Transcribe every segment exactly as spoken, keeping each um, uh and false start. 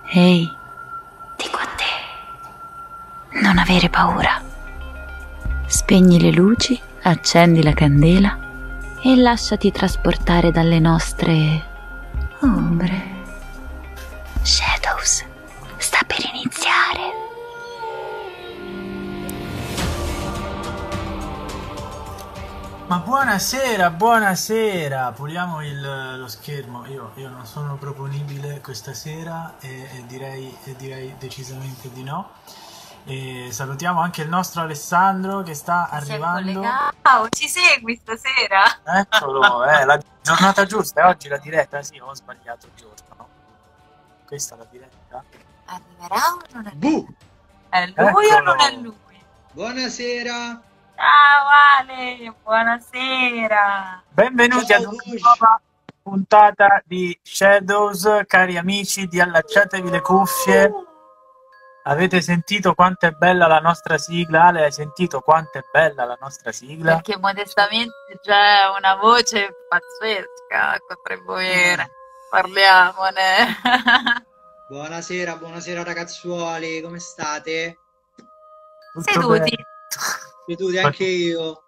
Ehi, dico a te, non avere paura. Spegni le luci, accendi la candela e lasciati trasportare dalle nostre ombre. Shadows sta per iniziare. Ma buonasera, buonasera. Puliamo il- lo schermo. Io, io non sono proponibile questa sera e, e direi, e direi decisamente di no. E salutiamo anche il nostro Alessandro che sta Si è arrivando. collegato, ci segui stasera? Eccolo, è la giornata giusta. È oggi la diretta? Sì, ho sbagliato il giorno. Questa è la diretta? Arriverà o non è lui? Bu! È lui o non è Eccolo. lui? Buonasera! Ciao Ale, buonasera. Benvenuti Ciao ad una Dush! nuova puntata di Shadows, cari amici, di allacciatevi le cuffie. Avete sentito quanto è bella la nostra sigla? Ale, hai sentito quanto è bella la nostra sigla? Perché modestamente c'è una voce pazzesca a contribuire. Parliamone. Buonasera, buonasera ragazzuoli, come state? Tutto Seduti. bene? Seduti anche io.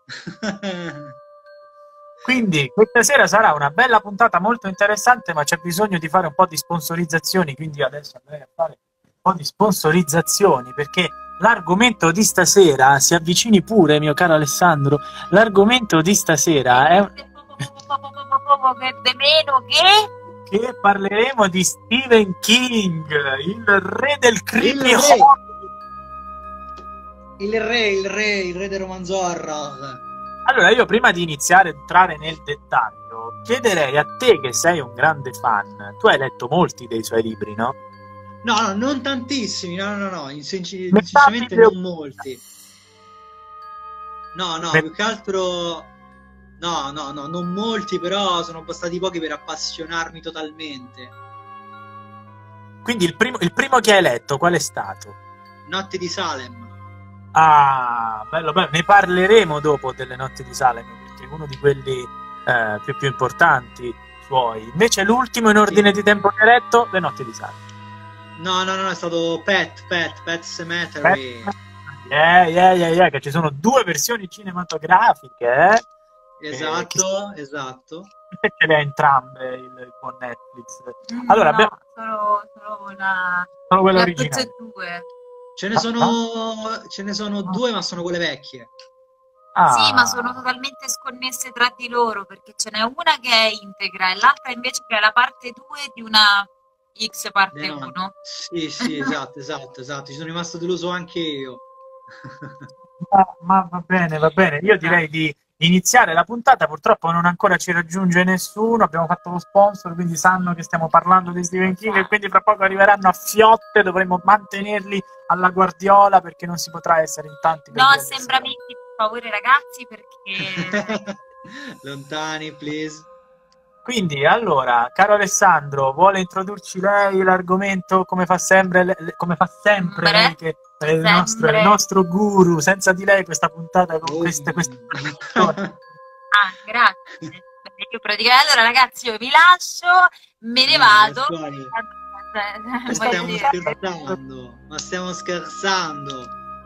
Quindi questa sera sarà una bella puntata molto interessante, ma c'è bisogno di fare un po' di sponsorizzazioni, quindi adesso andrei a fare un po' di sponsorizzazioni, perché l'argomento di stasera, si avvicini pure, mio caro Alessandro, l'argomento di stasera è Che de meno che? che parleremo di Stephen King, il re del Il creepy re, horror. il re, il re, il re del romanzo horror. Allora, io prima di iniziare a entrare nel dettaglio, chiederei a te che sei un grande fan, tu hai letto molti dei suoi libri, no? No, no, non tantissimi, no, no, no, in- sinc- Metà sinceramente video- non molti. No, no, Me- più che altro... No, no, no, non molti, però sono bastati pochi per appassionarmi totalmente. Quindi il primo, il primo che hai letto, qual è stato? Notti di Salem. Ah, bello, bello. Ne parleremo dopo delle Notti di Salem, perché è uno di quelli eh, più, più importanti suoi. Invece l'ultimo in ordine Sì. di tempo che hai letto, Le Notti di Salem. No, no, no, è stato Pet, Pet, Pet Cemetery. Yeah, yeah, yeah, yeah, che ci sono due versioni cinematografiche, eh? Esatto, esatto. Che ce le ha entrambe il, il buon Netflix. Allora, no, abbiamo solo, solo la, solo quella la originale. tutte e due. Ce ne Ah, sono, ce ne sono due, ma sono quelle vecchie. Ah. Sì, ma sono totalmente sconnesse tra di loro perché ce n'è una che è integra e l'altra invece che è la parte due di una X parte Eh, no. uno. Sì, sì, esatto, esatto, esatto. Ci sono rimasto deluso anche io. Ma, ma va bene, va bene. Io direi di iniziare la puntata. Purtroppo non ancora ci raggiunge nessuno. Abbiamo fatto lo sponsor, quindi sanno che stiamo parlando di Stephen King e quindi fra poco arriveranno a fiotte. Dovremo mantenerli alla guardiola perché non si potrà essere in tanti. per No, via del assembramenti, per favore ragazzi, perché Lontani, please. Quindi, allora, caro Alessandro, vuole introdurci lei l'argomento come fa sempre, le- le- come fa sempre Sempre, lei che è il nostro, sempre. il nostro guru. Senza di lei questa puntata con Oh. queste, queste... Ah, grazie. Beh, io praticamente allora ragazzi io vi lascio, me ne No, vado. ragazzuoli, Cioè, Ma voglio stiamo dire, scherzando, ma stiamo scherzando.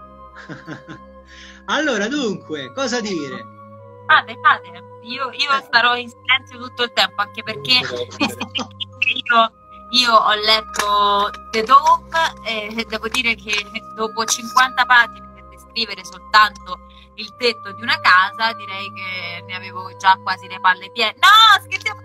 Allora, dunque, cosa dire? fate, fate. Io, io starò in silenzio tutto il tempo, anche perché di Stephen King io, io ho letto The Dome e devo dire che dopo cinquanta pagine per descrivere soltanto il tetto di una casa, direi che ne avevo già quasi le palle piene. No, scherziamo!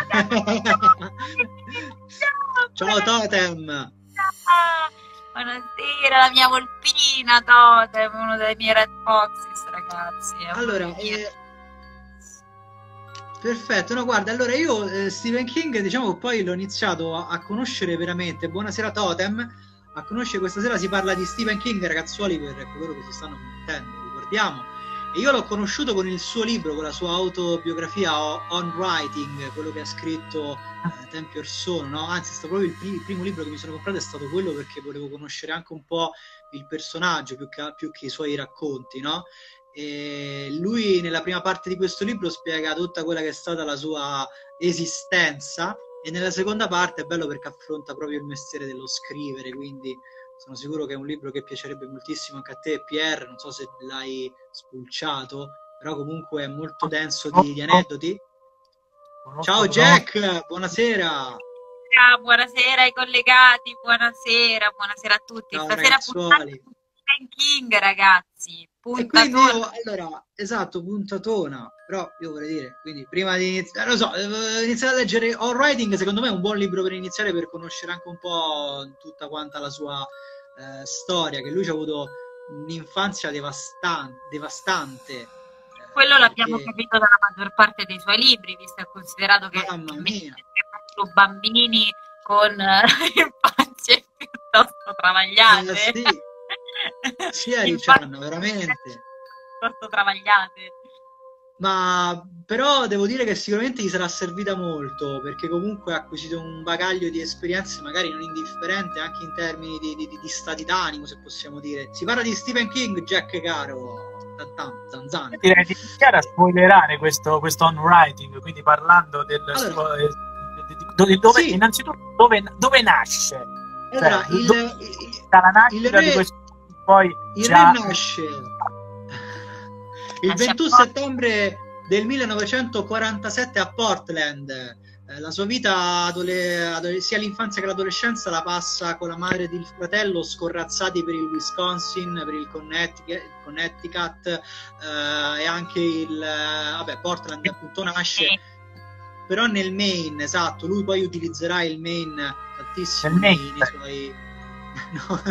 Ciao Totem! Ah, buonasera, la mia volpina Totem, uno dei miei red foxes, ragazzi. è uno Allora, dei miei- eh, perfetto, no, guarda, allora io eh, Stephen King, diciamo che poi l'ho iniziato a, a conoscere veramente. Buonasera Totem, a conoscere questa sera si parla di Stephen King, ragazzuoli, per coloro che si stanno mettendo, ricordiamo. E io l'ho conosciuto con il suo libro, con la sua autobiografia o- On Writing, quello che ha scritto eh, tempi or sono, no? Anzi, è stato proprio il, pri- il primo libro che mi sono comprato, è stato quello perché volevo conoscere anche un po' il personaggio più che, più che i suoi racconti, no? E lui nella prima parte di questo libro spiega tutta quella che è stata la sua esistenza e nella seconda parte è bello perché affronta proprio il mestiere dello scrivere, quindi sono sicuro che è un libro che piacerebbe moltissimo anche a te, Pierre, non so se l'hai spulciato, però comunque è molto denso di, di aneddoti. Ciao Jack, buonasera. Buonasera ai collegati, buonasera, buonasera a tutti. Ciao, Stasera puntata di Stephen King, ragazzi. Puntatona. E quindi io, allora, esatto, puntatona, però io vorrei dire, quindi prima di iniziare, non so, iniziare a leggere On Writing, secondo me è un buon libro per iniziare, per conoscere anche un po' tutta quanta la sua eh, storia, che lui ci ha avuto un'infanzia devastan- devastante. Quello l'abbiamo perché... capito dalla maggior parte dei suoi libri, visto e considerato che sono bambini con infanzie piuttosto travagliate. Eh, sì, sì, Ariciano, veramente. Piuttosto travagliate. Ma però devo dire che sicuramente gli sarà servita molto, perché comunque ha acquisito un bagaglio di esperienze magari non indifferente anche in termini di, di, di stati d'animo, se possiamo dire. Si parla di Stephen King, Jack caro. Zanzan. Direi di iniziare a spoilerare questo, questo On Writing, quindi parlando del allora, suo, eh, dove, dove sì. innanzitutto dove, dove nasce, allora, cioè, il, dove, il, la nascita il re, di questo, poi il re ha... nasce il ventuno settembre del millenovecentoquarantasette a Portland. La sua vita, adole- adole- sia l'infanzia che l'adolescenza, la passa con la madre ed il fratello scorrazzati per il Wisconsin, per il Connecticut, Connecticut eh, e anche il eh, vabbè, Portland appunto nasce, però nel Maine, esatto, lui poi utilizzerà il Maine tantissimo nei, nei suoi no.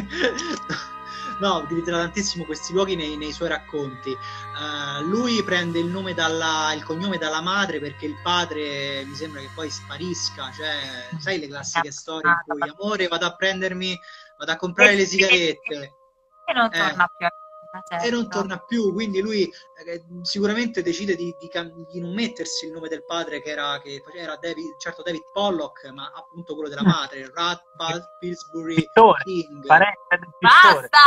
No, utilizzerà tantissimo questi luoghi nei, nei suoi racconti. Uh, lui prende il nome dalla, il cognome dalla madre perché il padre mi sembra che poi sparisca, cioè sai le classiche storie in cui amore vado a prendermi, vado a comprare le sigarette e non eh, torna più. Certo. E non torna più, quindi lui eh, sicuramente decide di, di, di non mettersi il nome del padre che era, che era David, certo David Pollock, ma appunto quello della madre, Ratbald Pillsbury King. Basta!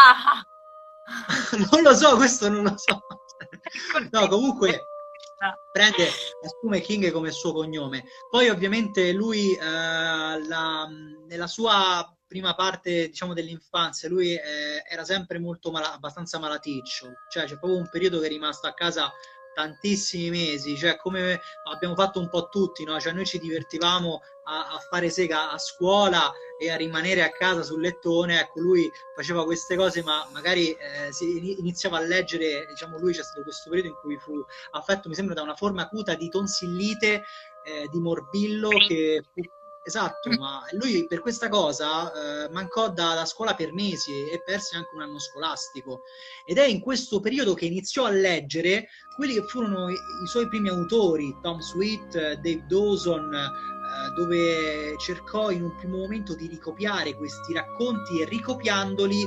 Non lo so, questo non lo so. No, comunque prende, assume King come suo cognome. Poi ovviamente lui eh, la, nella sua prima parte, diciamo, dell'infanzia, lui eh, era sempre molto mal- abbastanza malaticcio, cioè c'è proprio un periodo che è rimasto a casa tantissimi mesi, cioè come abbiamo fatto un po' tutti, no? Cioè noi ci divertivamo a, a fare sega a scuola e a rimanere a casa sul lettone. Ecco, lui faceva queste cose, ma magari eh, si iniziava a leggere, diciamo, lui c'è stato questo periodo in cui fu affetto, mi sembra, da una forma acuta di tonsillite, eh, di morbillo, che fu esatto, ma lui per questa cosa eh, mancò da, da scuola per mesi e perse anche un anno scolastico, ed è in questo periodo che iniziò a leggere quelli che furono i, i suoi primi autori, Tom Sweet, Dave Dawson, eh, dove cercò in un primo momento di ricopiare questi racconti e ricopiandoli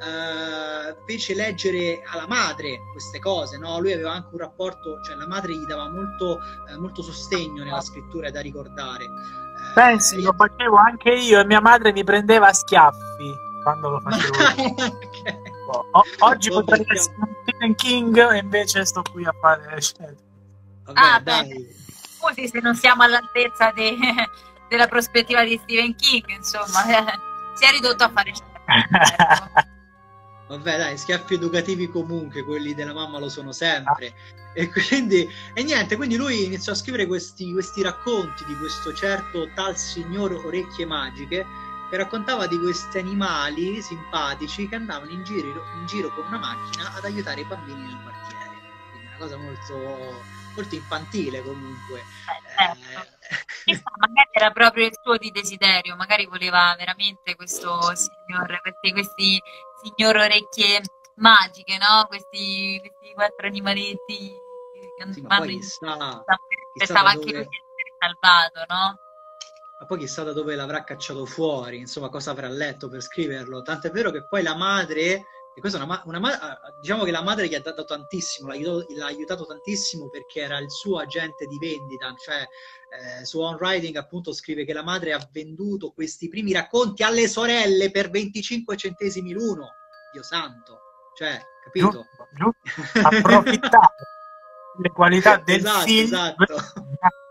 eh, fece leggere alla madre queste cose, no? Lui aveva anche un rapporto, cioè la madre gli dava molto, eh, molto sostegno nella scrittura, da ricordare. Pensi, lo facevo anche io e mia madre mi prendeva a schiaffi quando lo facevo. Okay. O- oggi oh, potrei essere un Stephen King e invece sto qui a fare scelte. Vabbè, ah, dai. Beh, scusi se non siamo all'altezza de- della prospettiva di Stephen King, insomma, eh, si è ridotto a fare scelte. Vabbè, dai, schiaffi educativi comunque, quelli della mamma lo sono sempre. E quindi, e niente, quindi lui iniziò a scrivere questi, questi racconti di questo certo tal signor Orecchie Magiche, che raccontava di questi animali simpatici che andavano in giro, in giro con una macchina ad aiutare i bambini nel quartiere. Quindi una cosa molto, molto infantile comunque. Eh, certo. eh. Magari era proprio il suo di desiderio, magari voleva veramente questo signor, questi, questi signor Orecchie Magiche, no? Questi, questi quattro animaletti che sì, vanno in pensava anche lui di essere salvato, no? Ma poi chissà da dove l'avrà cacciato fuori, insomma, cosa avrà letto per scriverlo. Tant'è vero che poi la madre, e questa è una, una, una diciamo che la madre gli ha dato tantissimo, l'ha aiutato, l'ha aiutato tantissimo perché era il suo agente di vendita, cioè eh, su On Writing appunto scrive che la madre ha venduto questi primi racconti alle sorelle per venticinque centesimi l'uno. Dio santo, cioè, capito? Approfittato delle qualità del esatto, film. Esatto.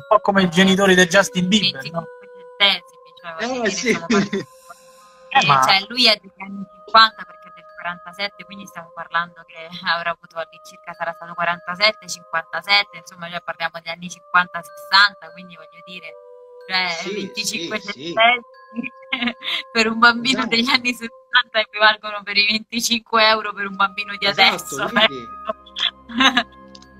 po' come i genitori di Justin Bieber, no? centesimi, cioè, voglio Eh, dire, sì. sono partiti- Eh, eh, ma- cioè, lui è degli anni cinquanta perché è del quarantasette, quindi stiamo parlando che avrà avuto all'incirca, sarà stato quarantasette, cinquantasette, insomma, cioè parliamo degli anni cinquanta sessanta, quindi voglio dire, cioè Sì, venticinque sì, sì. centesimi per un bambino Esatto. degli anni sessanta equivalgono per i venticinque euro per un bambino di Esatto, adesso. quindi- ecco.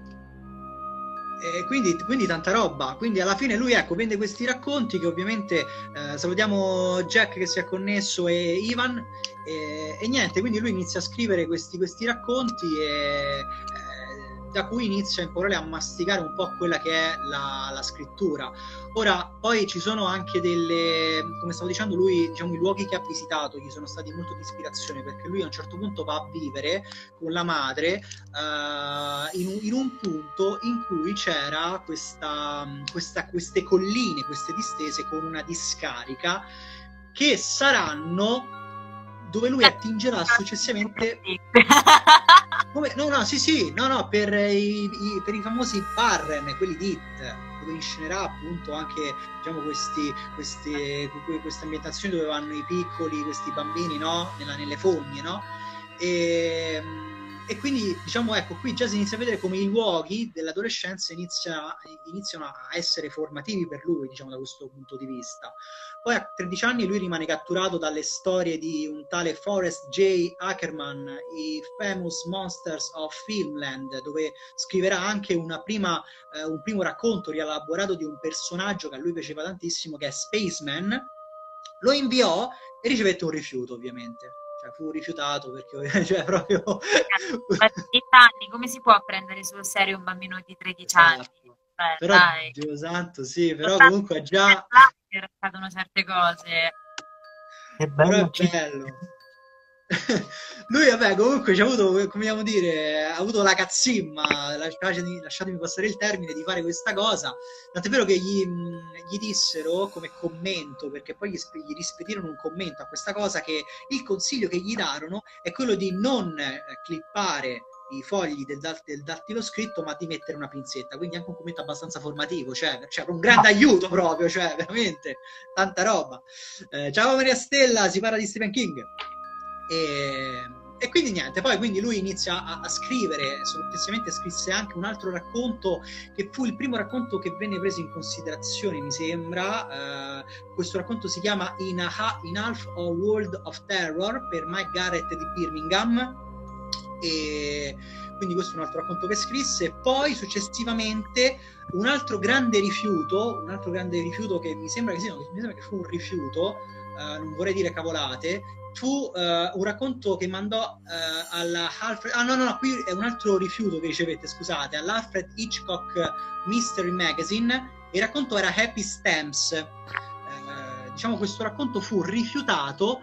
E quindi, quindi tanta roba. Quindi alla fine lui, ecco, vende questi racconti che ovviamente eh, salutiamo Jack che si è connesso e Ivan e, e niente, quindi lui inizia a scrivere questi, questi racconti e eh, da cui inizia in parole a masticare un po' quella che è la, la scrittura. Ora, poi ci sono anche delle, come stavo dicendo, lui, diciamo, i luoghi che ha visitato gli sono stati molto di ispirazione, perché lui a un certo punto va a vivere con la madre eh, in, un, in un punto in cui c'era questa, questa, queste colline, queste distese con una discarica che saranno dove lui attingerà successivamente come, no no sì sì no no per i, i, per i famosi Barren, quelli di It, dove inscenerà appunto anche, diciamo, questi, queste, queste ambientazioni dove vanno i piccoli, questi bambini, no? Nella, nelle fogne, no? E, e quindi, diciamo, ecco, qui già si inizia a vedere come i luoghi dell'adolescenza inizia, iniziano a essere formativi per lui, diciamo, da questo punto di vista. Poi a tredici anni lui rimane catturato dalle storie di un tale Forrest J. Ackerman, i Famous Monsters of Filmland, dove scriverà anche una prima, eh, un primo racconto rielaborato di un personaggio che a lui piaceva tantissimo, che è Spaceman. Lo inviò e ricevette un rifiuto, ovviamente. Cioè, fu rifiutato perché, cioè, proprio... A tredici anni, come si può prendere sul serio un bambino di tredici anni? Esatto. Beh, Però, dai. Dio santo, sì, però Soltanto comunque già... accadono certe cose. Che Però bello. è bello. Lui, vabbè, comunque ci ha avuto, come vogliamo dire, ha avuto la cazzimma, lasciatemi, lasciatemi passare il termine, di fare questa cosa. Tant'è vero che gli, gli dissero come commento, perché poi gli, gli rispedirono un commento a questa cosa, che il consiglio che gli darono è quello di non eh, clippare i fogli del, del dattilo scritto, ma di mettere una pinzetta. Quindi anche un commento abbastanza formativo, cioè, cioè un grande aiuto proprio, cioè veramente tanta roba. Eh, ciao Maria Stella, si parla di Stephen King. E, e quindi niente, poi quindi lui inizia a, a scrivere, successivamente scrisse anche un altro racconto che fu il primo racconto che venne preso in considerazione, mi sembra. Eh, questo racconto si chiama In, a, In Half a World of Terror, per Mike Garrett di Birmingham, e quindi questo è un altro racconto che scrisse. Poi successivamente un altro grande rifiuto, un altro grande rifiuto che mi sembra che, sì, no, mi sembra che fu un rifiuto, eh, non vorrei dire cavolate, fu uh, un racconto che mandò uh, alla Alfred, ah no no no, qui è un altro rifiuto che ricevette, scusate, all'Alfred Hitchcock Mystery Magazine. Il racconto era Happy Stamps. Uh, diciamo, questo racconto fu rifiutato,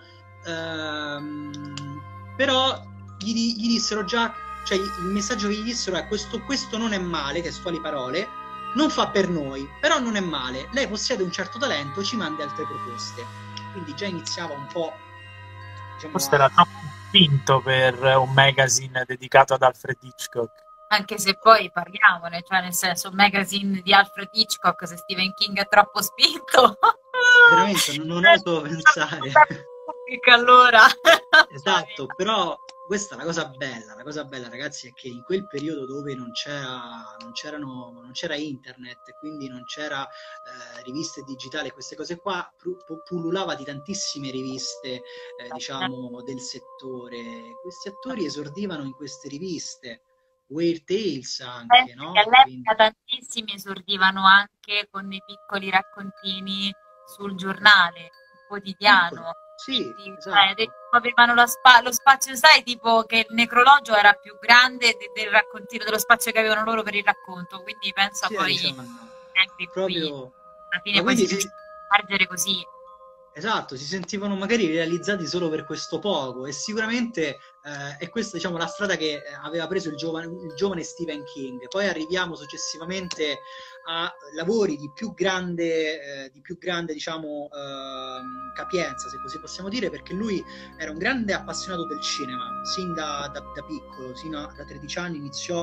uh, però gli, gli dissero già, cioè il messaggio che gli dissero è: questo, questo non è male, testuali parole, non fa per noi, però non è male, lei possiede un certo talento, ci mandi altre proposte. Quindi già iniziava un po', diciamo, Forse era troppo spinto per un magazine dedicato ad Alfred Hitchcock. Anche se poi parliamone, cioè nel senso, un magazine di Alfred Hitchcock, se Stephen King è troppo spinto, veramente non, non oso pensare. Allora, esatto, però questa è la cosa bella, la cosa bella, ragazzi, è che in quel periodo dove non c'era, non c'erano, non c'era internet, quindi non c'era eh, riviste digitali, queste cose qua, pullulava di tantissime riviste, eh, diciamo, del settore. Questi attori esordivano in queste riviste, Weird Tales anche, no? Che all'epoca Quindi... tantissimi esordivano anche con dei piccoli raccontini sul giornale quotidiano. Piccoli. Sì, quindi, esatto. eh, avevano lo, spa- lo spazio, sai, tipo che il necrologio era più grande de- del raccontino, dello spazio che avevano loro per il racconto, quindi pensa sì, poi diciamo, tempi proprio... qui, alla fine Ma poi si si... riesce a spargere così. Esatto, si sentivano magari realizzati solo per questo poco, e sicuramente eh, è questa, diciamo, la strada che aveva preso il giovane, il giovane Stephen King. Poi arriviamo successivamente a lavori di più grande, eh, di più grande diciamo, eh, capienza, se così possiamo dire, perché lui era un grande appassionato del cinema, sin da, da, da piccolo, sino a da tredici anni iniziò a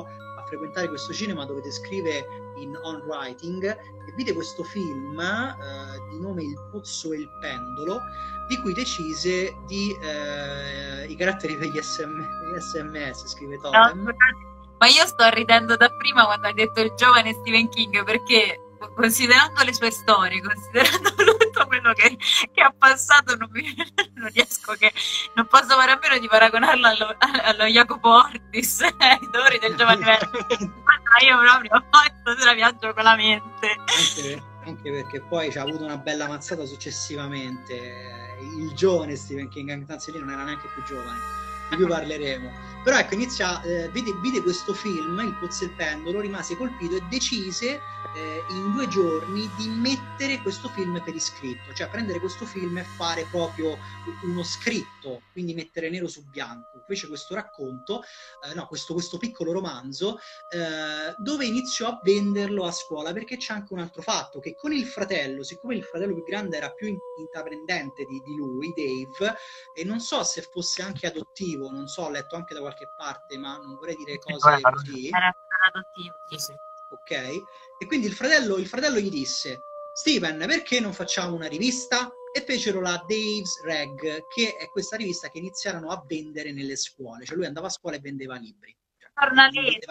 a frequentare questo cinema dove descrive in On Writing, e vide questo film eh, di nome Il pozzo e il pendolo, di cui decise di eh, i caratteri per gli S M S, scrive Totem. No, ma io sto ridendo da prima quando hai detto il giovane Stephen King, perché considerando le sue storie, considerando tutto quello che, che ha passato, non, mi, non riesco che non posso fare a meno di paragonarlo allo, allo Jacopo Ortis, ai Dori del giovane vecchio. Io proprio stasera viaggio con la mente. Anche, anche perché poi ci ha avuto una bella mazzata successivamente il giovane Stephen King, anzi lì non era neanche più giovane, di cui parleremo. Però ecco, inizia, eh, vide, vide questo film, Il pozzo e il pendolo, rimase colpito e decise eh, in due giorni di mettere questo film per iscritto, cioè prendere questo film e fare proprio uno scritto, quindi mettere nero su bianco. Fece questo racconto, eh, no, questo, questo piccolo romanzo, eh, dove iniziò a venderlo a scuola, perché c'è anche un altro fatto, che con il fratello, siccome il fratello più grande era più intraprendente di, di lui, Dave, e non so se fosse anche adottivo, non so, ho letto anche da qualche parte, ma non vorrei dire cose così. Era adottivo, sì, sì. Ok, e quindi il fratello, il fratello gli disse: Steven, perché non facciamo una rivista? E fecero la Dave's Rag, che è questa rivista che iniziarono a vendere nelle scuole, cioè lui andava a scuola e vendeva libri. Cioè, giornaletto,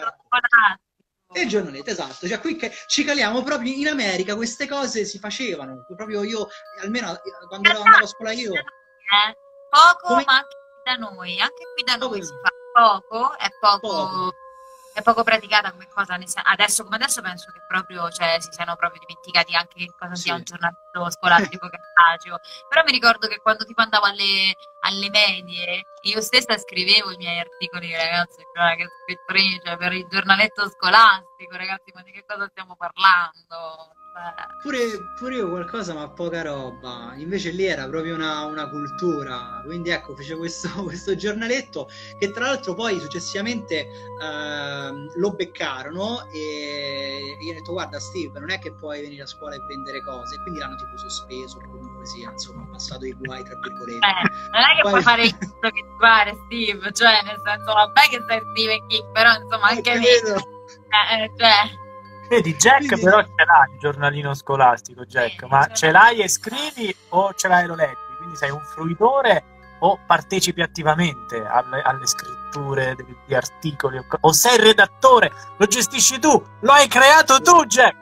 e il giornaletto, esatto, cioè qui che ci caliamo proprio in America, queste cose si facevano, proprio io, almeno quando andavo a scuola io. Eh, poco, Come... ma anche da noi, anche qui da noi poco. si fa poco, è poco, poco. È poco praticata come cosa, adesso come adesso penso che proprio, cioè, si siano proprio dimenticati anche che cosa sia sì. un giornalismo scolastico cartaceo. Però mi ricordo che quando tipo andavo alle, alle medie, io stessa scrivevo i miei articoli, ragazzi, cioè, che scrittrice per il giornaletto scolastico, ragazzi, ma di che cosa stiamo parlando? Pure, pure io qualcosa, ma poca roba. Invece lì era proprio una, una cultura. Quindi ecco, fece questo, questo giornaletto che tra l'altro poi successivamente eh, lo beccarono e gli ho detto: guarda Steve, non è che puoi venire a scuola e vendere cose. E quindi l'hanno tipo sospeso, comunque sia, insomma, passato i guai tra virgolette. Eh, non è che poi... puoi fare il che ti pare, Steve, cioè nel senso, vabbè che sei Stephen King, però insomma anche me, eh, cioè vedi, Jack. Quindi... però ce l'ha il giornalino scolastico, Jack, sì, ma ce l'hai e scrivi o ce l'hai e lo leggi? Quindi sei un fruitore o partecipi attivamente alle, alle scritture degli articoli o, o sei il redattore, lo gestisci tu, lo hai creato tu, Jack.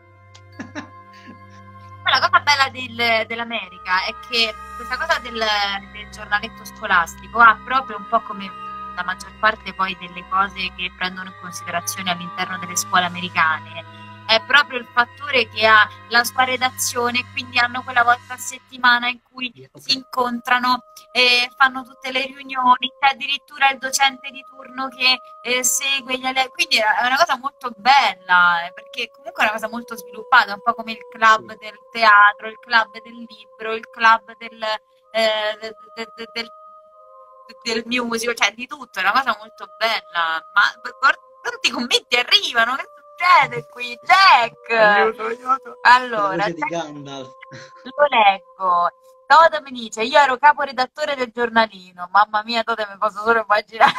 La cosa bella del, dell'America è che questa cosa del, del giornaletto scolastico ha proprio un po' come la maggior parte poi delle cose che prendono in considerazione all'interno delle scuole americane, è proprio il fattore che ha la sua redazione, quindi hanno quella volta a settimana in cui si incontrano e fanno tutte le riunioni, c'è addirittura il docente di turno che eh, segue gli allievi, quindi è una cosa molto bella, eh, perché comunque è una cosa molto sviluppata, un po' come il club del teatro, il club del libro, il club del, eh, del, del, del del musical, cioè di tutto, è una cosa molto bella. Ma quanti commenti arrivano? Che succede qui, Jack? Aiuto, aiuto. Allora, la voce di Gandalf. Lo leggo. Todd mi dice: io ero caporedattore del giornalino. Mamma mia, Todd, mi posso solo immaginare.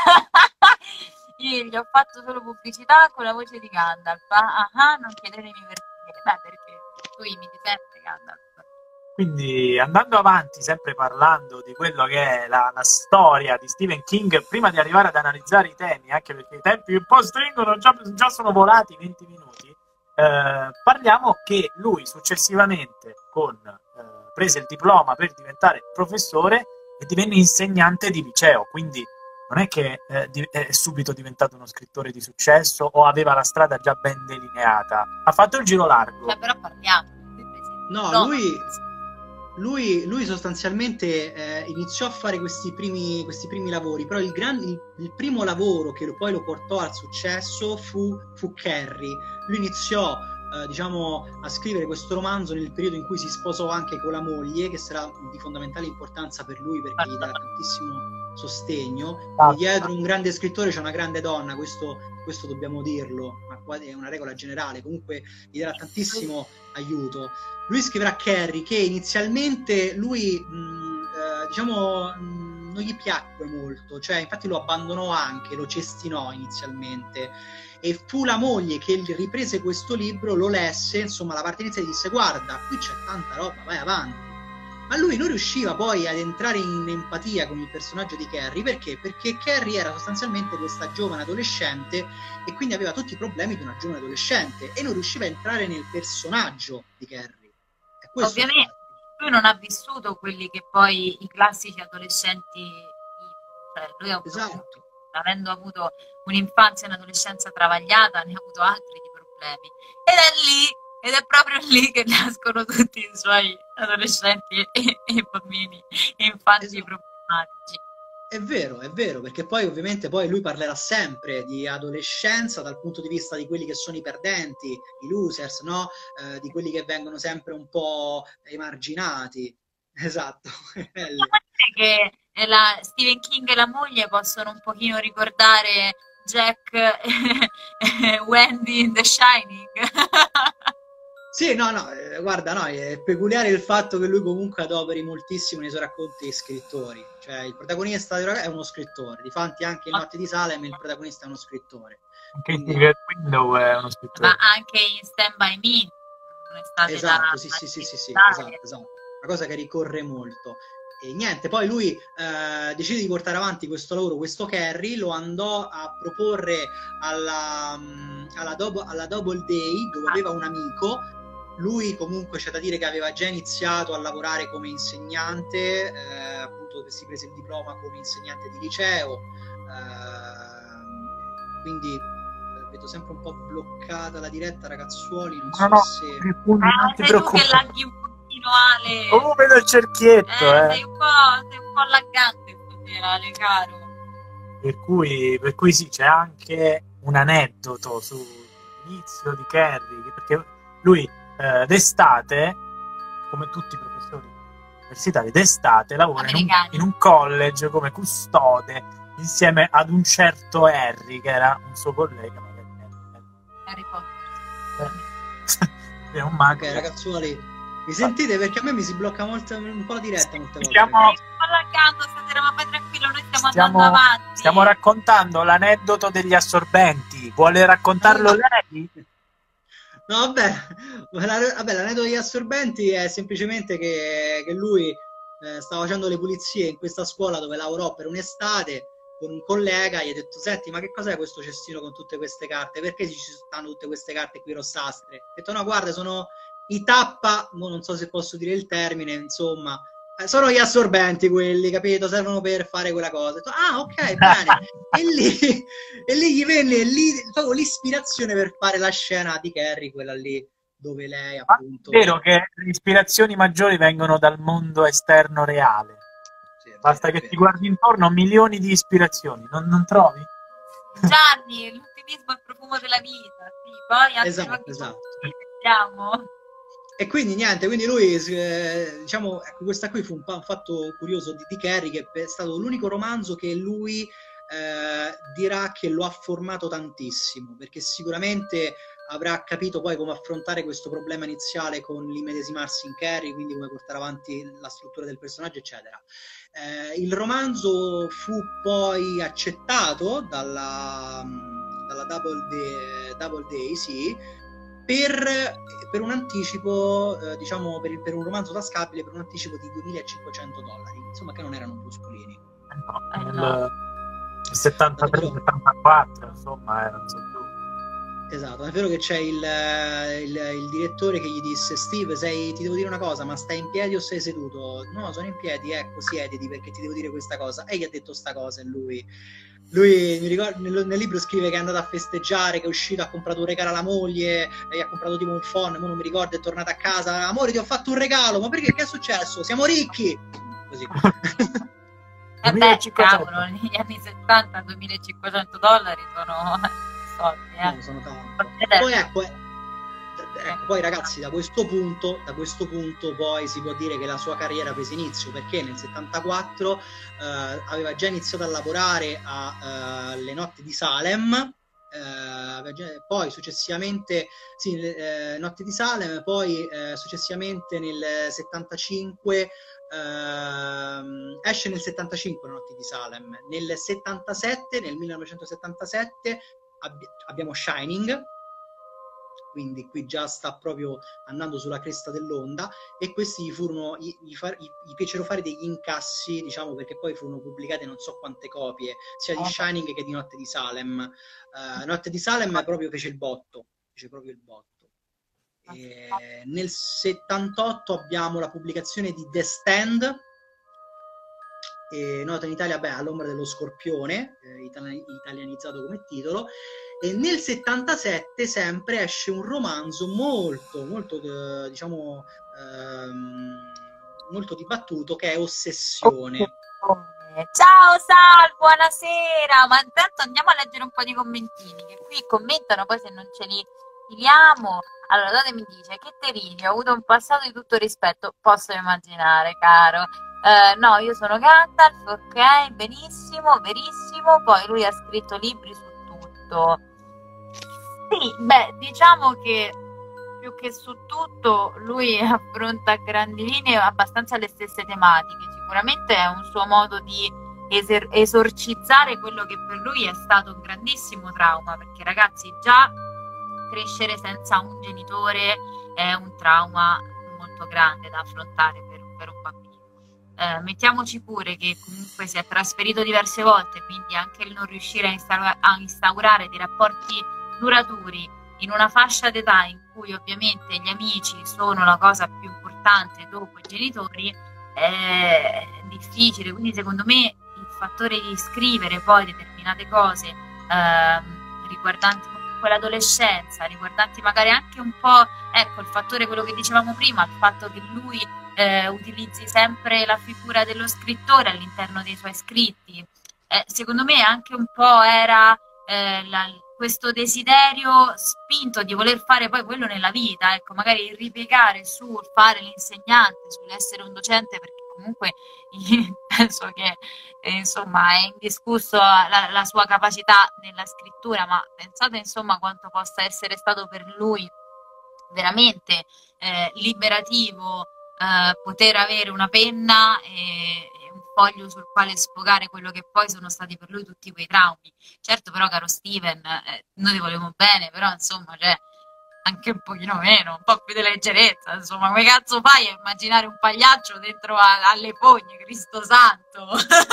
Io gli ho fatto solo pubblicità con la voce di Gandalf. Ah, ah, non chiedetemi perché. Beh, perché tu imiti sempre Gandalf. Quindi andando avanti, sempre parlando di quello che è la, la storia di Stephen King, prima di arrivare ad analizzare i temi, anche perché i tempi un po' stringono, già, già sono volati venti minuti, eh, parliamo che lui successivamente con, eh, prese il diploma per diventare professore e divenne insegnante di liceo, quindi non è che eh, di, è subito diventato uno scrittore di successo o aveva la strada già ben delineata, ha fatto il giro largo. Cioè, però parliamo. No, no. lui... Lui, lui sostanzialmente eh, iniziò a fare questi primi, questi primi lavori, però il, gran, il, il primo lavoro che lo, poi lo portò al successo fu, fu Carrie. Lui iniziò eh, diciamo, a scrivere questo romanzo nel periodo in cui si sposò anche con la moglie, che sarà di fondamentale importanza per lui perché gli dà tantissimo sostegno. E dietro un grande scrittore c'è una grande donna, questo, questo dobbiamo dirlo, ma qua è una regola generale, comunque gli darà tantissimo aiuto. Lui scriverà Carrie, che inizialmente lui mh, eh, diciamo mh, non gli piacque molto, cioè infatti lo abbandonò anche, lo cestinò inizialmente, e fu la moglie che riprese questo libro, lo lesse, insomma la parte iniziale, disse guarda, qui c'è tanta roba, vai avanti. Ma lui non riusciva poi ad entrare in empatia con il personaggio di Carrie, perché? Perché Carrie era sostanzialmente questa giovane adolescente e quindi aveva tutti i problemi di una giovane adolescente e non riusciva a entrare nel personaggio di Carrie. E questo ovviamente lui non ha vissuto quelli che poi i classici adolescenti, cioè lui ha avuto, esatto. avendo avuto un'infanzia e un'adolescenza travagliata, ne ha avuto altri di problemi. Ed è lì, ed è proprio lì che nascono tutti i suoi adolescenti e, e bambini e infanti Esatto. problematici. È vero, è vero, perché poi ovviamente poi lui parlerà sempre di adolescenza dal punto di vista di quelli che sono i perdenti, i losers, no? Eh, di quelli che vengono sempre un po' emarginati. Esatto. Che la Stephen King e la moglie possono un pochino ricordare Jack e Wendy in The Shining. Sì, no, no, eh, guarda, no, è peculiare il fatto che lui comunque adoperi moltissimo nei suoi racconti di scrittori, cioè il protagonista è uno scrittore, difatti anche in Notte di Salem il protagonista è uno scrittore. Anche in Quindi... Secret Window è uno scrittore. Ma anche in Stand By Me non è stato esatto, da, sì, da sì, sì, sì, sì, dare. esatto, esatto, una cosa che ricorre molto. E niente, poi lui eh, decide di portare avanti questo lavoro, questo Carrie, lo andò a proporre alla, alla, do- alla Double Day, dove aveva un amico. Lui comunque c'è da dire che aveva già iniziato a lavorare come insegnante, eh, appunto si prese il diploma come insegnante di liceo, eh, quindi eh, vedo sempre un po' bloccata la diretta, ragazzuoli, non so no, no, se... non Ah, ti sei tu che preoccupare. laghi un pochino, Ale. Oh, vedo il cerchietto, eh, eh. Sei un po', sei un po' laggante stasera, Ale, caro. Per cui, per cui sì, c'è anche un aneddoto sull'inizio di Carrie, perché lui eh, d'estate, come tutti i professori universitari, d'estate lavora in un, in un college come custode insieme ad un certo Harry, che era un suo collega. Harry Potter. Eh, è un mago. Ok, ragazzuoli, mi sentite? Perché a me mi si blocca molto, un po' la diretta molte volte. Stiamo, stiamo laggando stasera, ma poi tranquillo, noi stiamo, stiamo andando avanti. Stiamo raccontando l'aneddoto degli assorbenti. Vuole raccontarlo lei? No, vabbè, vabbè, l'aneddoto degli assorbenti è semplicemente che, che lui eh, stava facendo le pulizie in questa scuola dove lavorò per un'estate con un collega, gli ha detto: senti, ma che cos'è questo cestino con tutte queste carte? Perché ci stanno tutte queste carte qui rossastre? Ha detto: no, guarda, sono i tappa, non so se posso dire il termine, insomma, eh, sono gli assorbenti quelli, capito? Servono per fare quella cosa. Ho detto: ah, ok, bene. E lì, e lì gli venne lì, proprio l'ispirazione per fare la scena di Carrie, quella lì dove lei appunto... È vero che le ispirazioni maggiori vengono dal mondo esterno reale. Sì, basta vero, che ti guardi intorno, milioni di ispirazioni, non, non trovi? Gianni, l'ottimismo è il profumo della vita, sì, poi anche esatto, esatto. Vediamo. E quindi niente, quindi lui, eh, diciamo, ecco, questa qui fu un, un fatto curioso di, di Carrie, che è stato l'unico romanzo che lui eh, dirà che lo ha formato tantissimo, perché sicuramente avrà capito poi come affrontare questo problema iniziale con l'immedesimarsi in Carrie, quindi come portare avanti la struttura del personaggio, eccetera. Eh, il romanzo fu poi accettato dalla, dalla Double Day, Double Day sì, per, per un anticipo, eh, diciamo, per, il, per un romanzo tascabile, per un anticipo di duemilacinquecento dollari, insomma, che non erano bruscolini. No, nel, nel settantatré settantaquattro, insomma, erano solo due. Esatto, è vero che c'è il, il, il direttore che gli disse: Steve, sei, ti devo dire una cosa, ma stai in piedi o sei seduto? No, sono in piedi. Ecco, siediti perché ti devo dire questa cosa. E gli ha detto sta cosa, e lui lui mi ricordo, nel, nel libro scrive che è andato a festeggiare, che è uscito, ha comprato un regalo alla moglie, e gli ha comprato tipo un phon, ma non mi ricordo, è tornato a casa: amore, ti ho fatto un regalo. Ma perché? Che è successo? Siamo ricchi. Così. E beh, cavolo, negli anni settanta duemilacinquecento dollari sono soldi, eh. No, sono tanti. Poi ecco, ecco, poi ragazzi, da questo punto, da questo punto poi si può dire che la sua carriera prese inizio, perché nel settantaquattro eh, aveva già iniziato a lavorare alle uh, Notti di Salem, eh, poi successivamente sì, eh, Notte di Salem, poi eh, successivamente nel settantacinque Uh, esce nel settantacinque La Notte di Salem, nel settantasette, nel millenovecentosettantasette abbi abbiamo Shining, quindi qui già sta proprio andando sulla cresta dell'onda, e questi gli furono gli, gli, far, gli, gli fecero fare degli incassi, diciamo, perché poi furono pubblicate non so quante copie sia di Shining che di Notte di Salem. Uh, Notte di Salem proprio fece il botto, fece proprio il botto. E nel settantotto abbiamo la pubblicazione di The Stand, e nota in Italia, beh, All'ombra dello scorpione, eh, itali italianizzato come titolo, e nel settantasette sempre esce un romanzo molto, molto, eh, diciamo, ehm, molto dibattuto, che è Ossessione. Ciao Sal, buonasera, ma intanto andiamo a leggere un po' di commentini, che qui commentano, poi se non ce li filiamo. Allora, Date mi dice: che te ridi, ho avuto un passato di tutto rispetto, posso immaginare, caro. Eh, no, io sono Gandalf, ok, benissimo, verissimo. Poi lui ha scritto libri su tutto. Sì, beh, diciamo che più che su tutto lui affronta a grandi linee abbastanza le stesse tematiche. Sicuramente è un suo modo di eser esorcizzare quello che per lui è stato un grandissimo trauma, perché ragazzi, già crescere senza un genitore è un trauma molto grande da affrontare per, per un bambino. Eh, mettiamoci pure che comunque si è trasferito diverse volte, quindi anche il non riuscire a, instaura a instaurare dei rapporti duraturi in una fascia d'età in cui ovviamente gli amici sono la cosa più importante dopo i genitori è difficile. Quindi secondo me il fattore di scrivere poi determinate cose eh, riguardanti l'adolescenza, riguardanti magari anche un po', ecco, il fattore, quello che dicevamo prima, il fatto che lui eh, utilizzi sempre la figura dello scrittore all'interno dei suoi scritti, eh, secondo me anche un po' era eh, la, questo desiderio spinto di voler fare poi quello nella vita, ecco, magari ripiegare sul fare l'insegnante, sull'essere un docente, perché comunque penso che eh, insomma è indiscusso la, la sua capacità nella scrittura, ma pensate insomma quanto possa essere stato per lui veramente eh, liberativo eh, poter avere una penna e, e un foglio sul quale sfogare quello che poi sono stati per lui tutti quei traumi. Certo, però, caro Steven, eh, noi ti volevamo bene, però insomma, cioè, anche un pochino meno, un po' più di leggerezza, insomma, come cazzo fai a immaginare un pagliaccio dentro a, alle fogne, Cristo santo?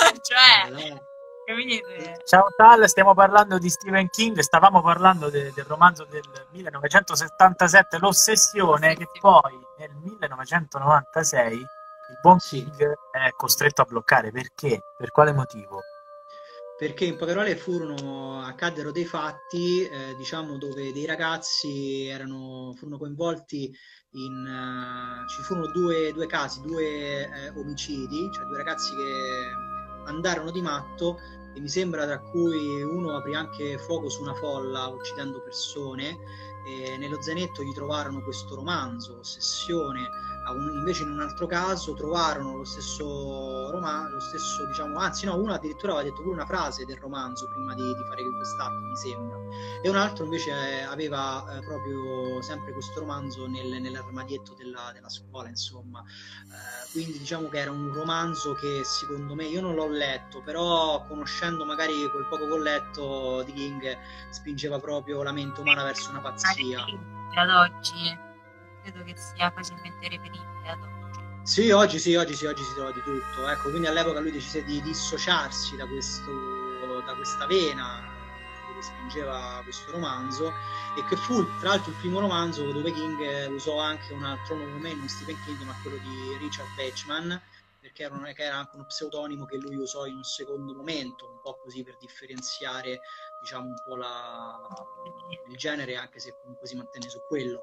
Cioè, capite? Ciao Tal, stiamo parlando di Stephen King, stavamo parlando de, del romanzo del millenovecentosettantasette, L'Ossessione, che poi nel millenovecentonovantasei il buon King sì. è costretto a bloccare. Perché? Per quale motivo? Perché in poche parole furono, accaddero dei fatti, eh, diciamo, dove dei ragazzi erano, furono coinvolti in, uh, ci furono due, due casi, due eh, omicidi, cioè due ragazzi che andarono di matto, e mi sembra tra cui uno aprì anche fuoco su una folla uccidendo persone, e nello zainetto gli trovarono questo romanzo, Ossessione. Invece in un altro caso trovarono lo stesso romanzo, lo stesso, diciamo, anzi no, uno addirittura aveva detto pure una frase del romanzo prima di, di fare quest'atto, mi sembra, e un altro invece aveva eh, proprio sempre questo romanzo nel, nell'armadietto della, della scuola, insomma. Eh, quindi diciamo che era un romanzo che secondo me, io non l'ho letto, però conoscendo magari quel poco che ho letto di King, spingeva proprio la mente umana verso una pazzia. Ad oggi credo che sia facilmente reperibile ad oggi. Sì, oggi sì, oggi sì, oggi si trova di tutto. Ecco, quindi all'epoca lui decise di dissociarsi da, questo, da questa vena che spingeva questo romanzo, e che fu tra l'altro il primo romanzo dove King usò anche un altro nome, non Stephen King, ma quello di Richard Bachman, perché era, un, che era anche uno pseudonimo che lui usò in un secondo momento, un po' così per differenziare, diciamo, un po' la, il genere, anche se comunque si mantenne su quello.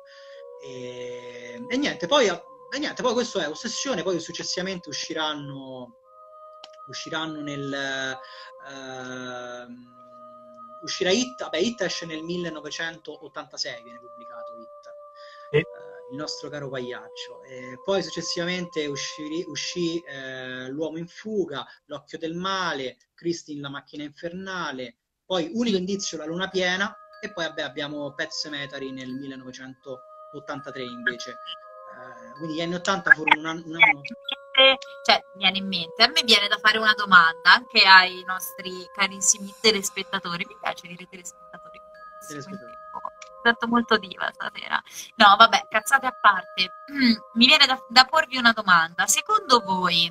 E, e niente, poi e niente, poi questo è Ossessione, poi successivamente usciranno usciranno nel uh, uscirà It, vabbè, It esce nel millenovecentottantasei, viene pubblicato It, e... uh, il nostro caro pagliaccio, e poi successivamente uscì, uscì uh, L'uomo in fuga, L'occhio del male, Christine la macchina infernale, poi Unico indizio, La luna piena, e poi vabbè, abbiamo Pet Sematary nel millenovecentottantatré invece. Eh, quindi gli anni ottanta furono un anno... Un anno... Cioè, viene in mente, a me viene da fare una domanda anche ai nostri carissimi telespettatori, mi piace dire telespettatori, telespettatori. Ho fatto molto diva stasera. No, vabbè, cazzate a parte, mi viene da, da porvi una domanda. Secondo voi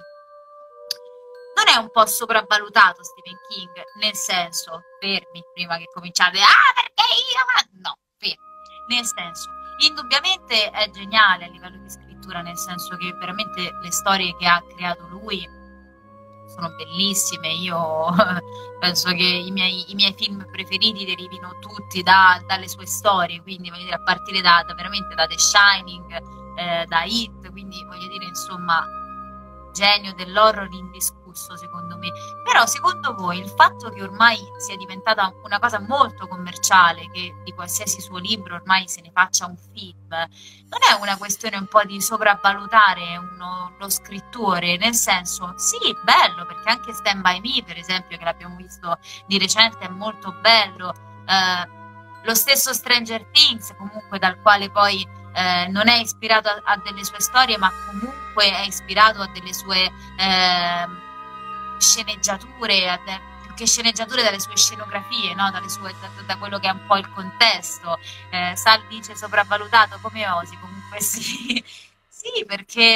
non è un po' sopravvalutato Stephen King? Nel senso, fermi prima che cominciate, ah perché io? No, fermi. Nel senso, indubbiamente è geniale a livello di scrittura, nel senso che veramente le storie che ha creato lui sono bellissime. Io penso che i miei, i miei film preferiti derivino tutti da, dalle sue storie, quindi voglio dire, a partire da, da veramente da The Shining, eh, da It, quindi voglio dire, insomma, genio dell'horror indiscusso secondo me. Però secondo voi il fatto che ormai sia diventata una cosa molto commerciale, che di qualsiasi suo libro ormai se ne faccia un film, non è una questione un po' di sopravvalutare uno, lo scrittore? Nel senso, sì, bello, perché anche Stand By Me, per esempio, che l'abbiamo visto di recente, è molto bello, eh, lo stesso Stranger Things, comunque, dal quale poi Eh, non è ispirato a, a delle sue storie, ma comunque è ispirato a delle sue eh, sceneggiature, a de- più che sceneggiature, dalle sue scenografie, no? Dalle sue, da, da quello che è un po' il contesto. eh, Sal dice sopravvalutato come Osi, comunque sì. Sì, perché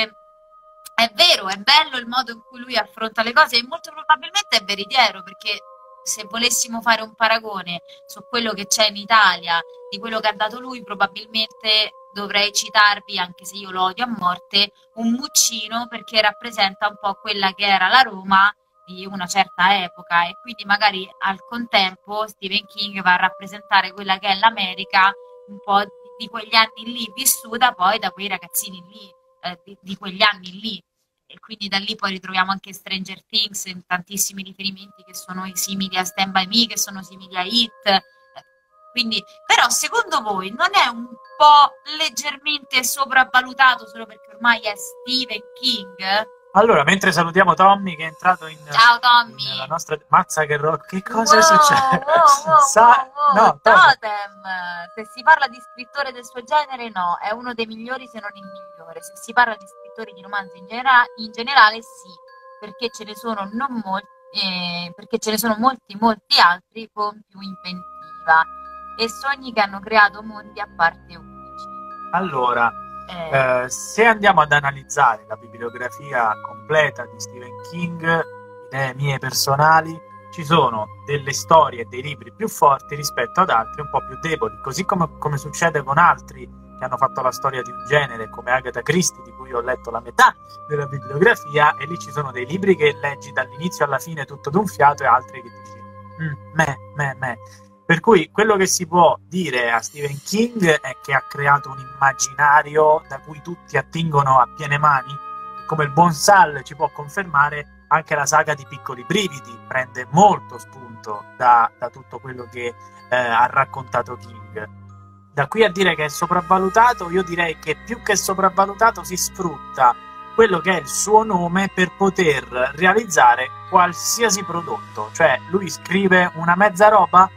è vero, è bello il modo in cui lui affronta le cose, e molto probabilmente è veritiero, perché se volessimo fare un paragone su quello che c'è in Italia di quello che ha dato lui, probabilmente dovrei citarvi, anche se io lo odio a morte, un Muccino, perché rappresenta un po' quella che era la Roma di una certa epoca, e quindi magari al contempo Stephen King va a rappresentare quella che è l'America un po' di, di quegli anni lì, vissuta poi da quei ragazzini lì, eh, di, di quegli anni lì. E quindi da lì poi ritroviamo anche Stranger Things in tantissimi riferimenti che sono simili a Stand By Me, che sono simili a It. Quindi, però secondo voi non è un po' leggermente sopravvalutato solo perché ormai è Stephen King? Allora, mentre salutiamo Tommy che è entrato in, Ciao Tommy, nella nostra mazza che rock, che cosa wow, è successo? Wow, wow, Sa... wow, wow. No, Totem, se si parla di scrittore del suo genere, no, è uno dei migliori se non il migliore. Se si parla di scrittori di romanzi in, genera- in generale, sì, perché ce ne sono non molti, eh, perché ce ne sono molti, molti altri con più inventiva e sogni che hanno creato mondi a parte unici. Allora, Eh, eh, se andiamo ad analizzare la bibliografia completa di Stephen King, idee mie personali, ci sono delle storie e dei libri più forti rispetto ad altri un po' più deboli, così come, come succede con altri che hanno fatto la storia di un genere, come Agatha Christie, di cui ho letto la metà della bibliografia, e lì ci sono dei libri che leggi dall'inizio alla fine tutto d'un fiato, e altri che dici mm, me, me, me. Per cui quello che si può dire a Stephen King è che ha creato un immaginario da cui tutti attingono a piene mani. Come il buon Sal ci può confermare, anche la saga di Piccoli Brividi prende molto spunto da, da tutto quello che eh, ha raccontato King. Da qui a dire che è sopravvalutato, io direi che più che sopravvalutato si sfrutta quello che è il suo nome per poter realizzare qualsiasi prodotto. Cioè, lui scrive una mezza roba,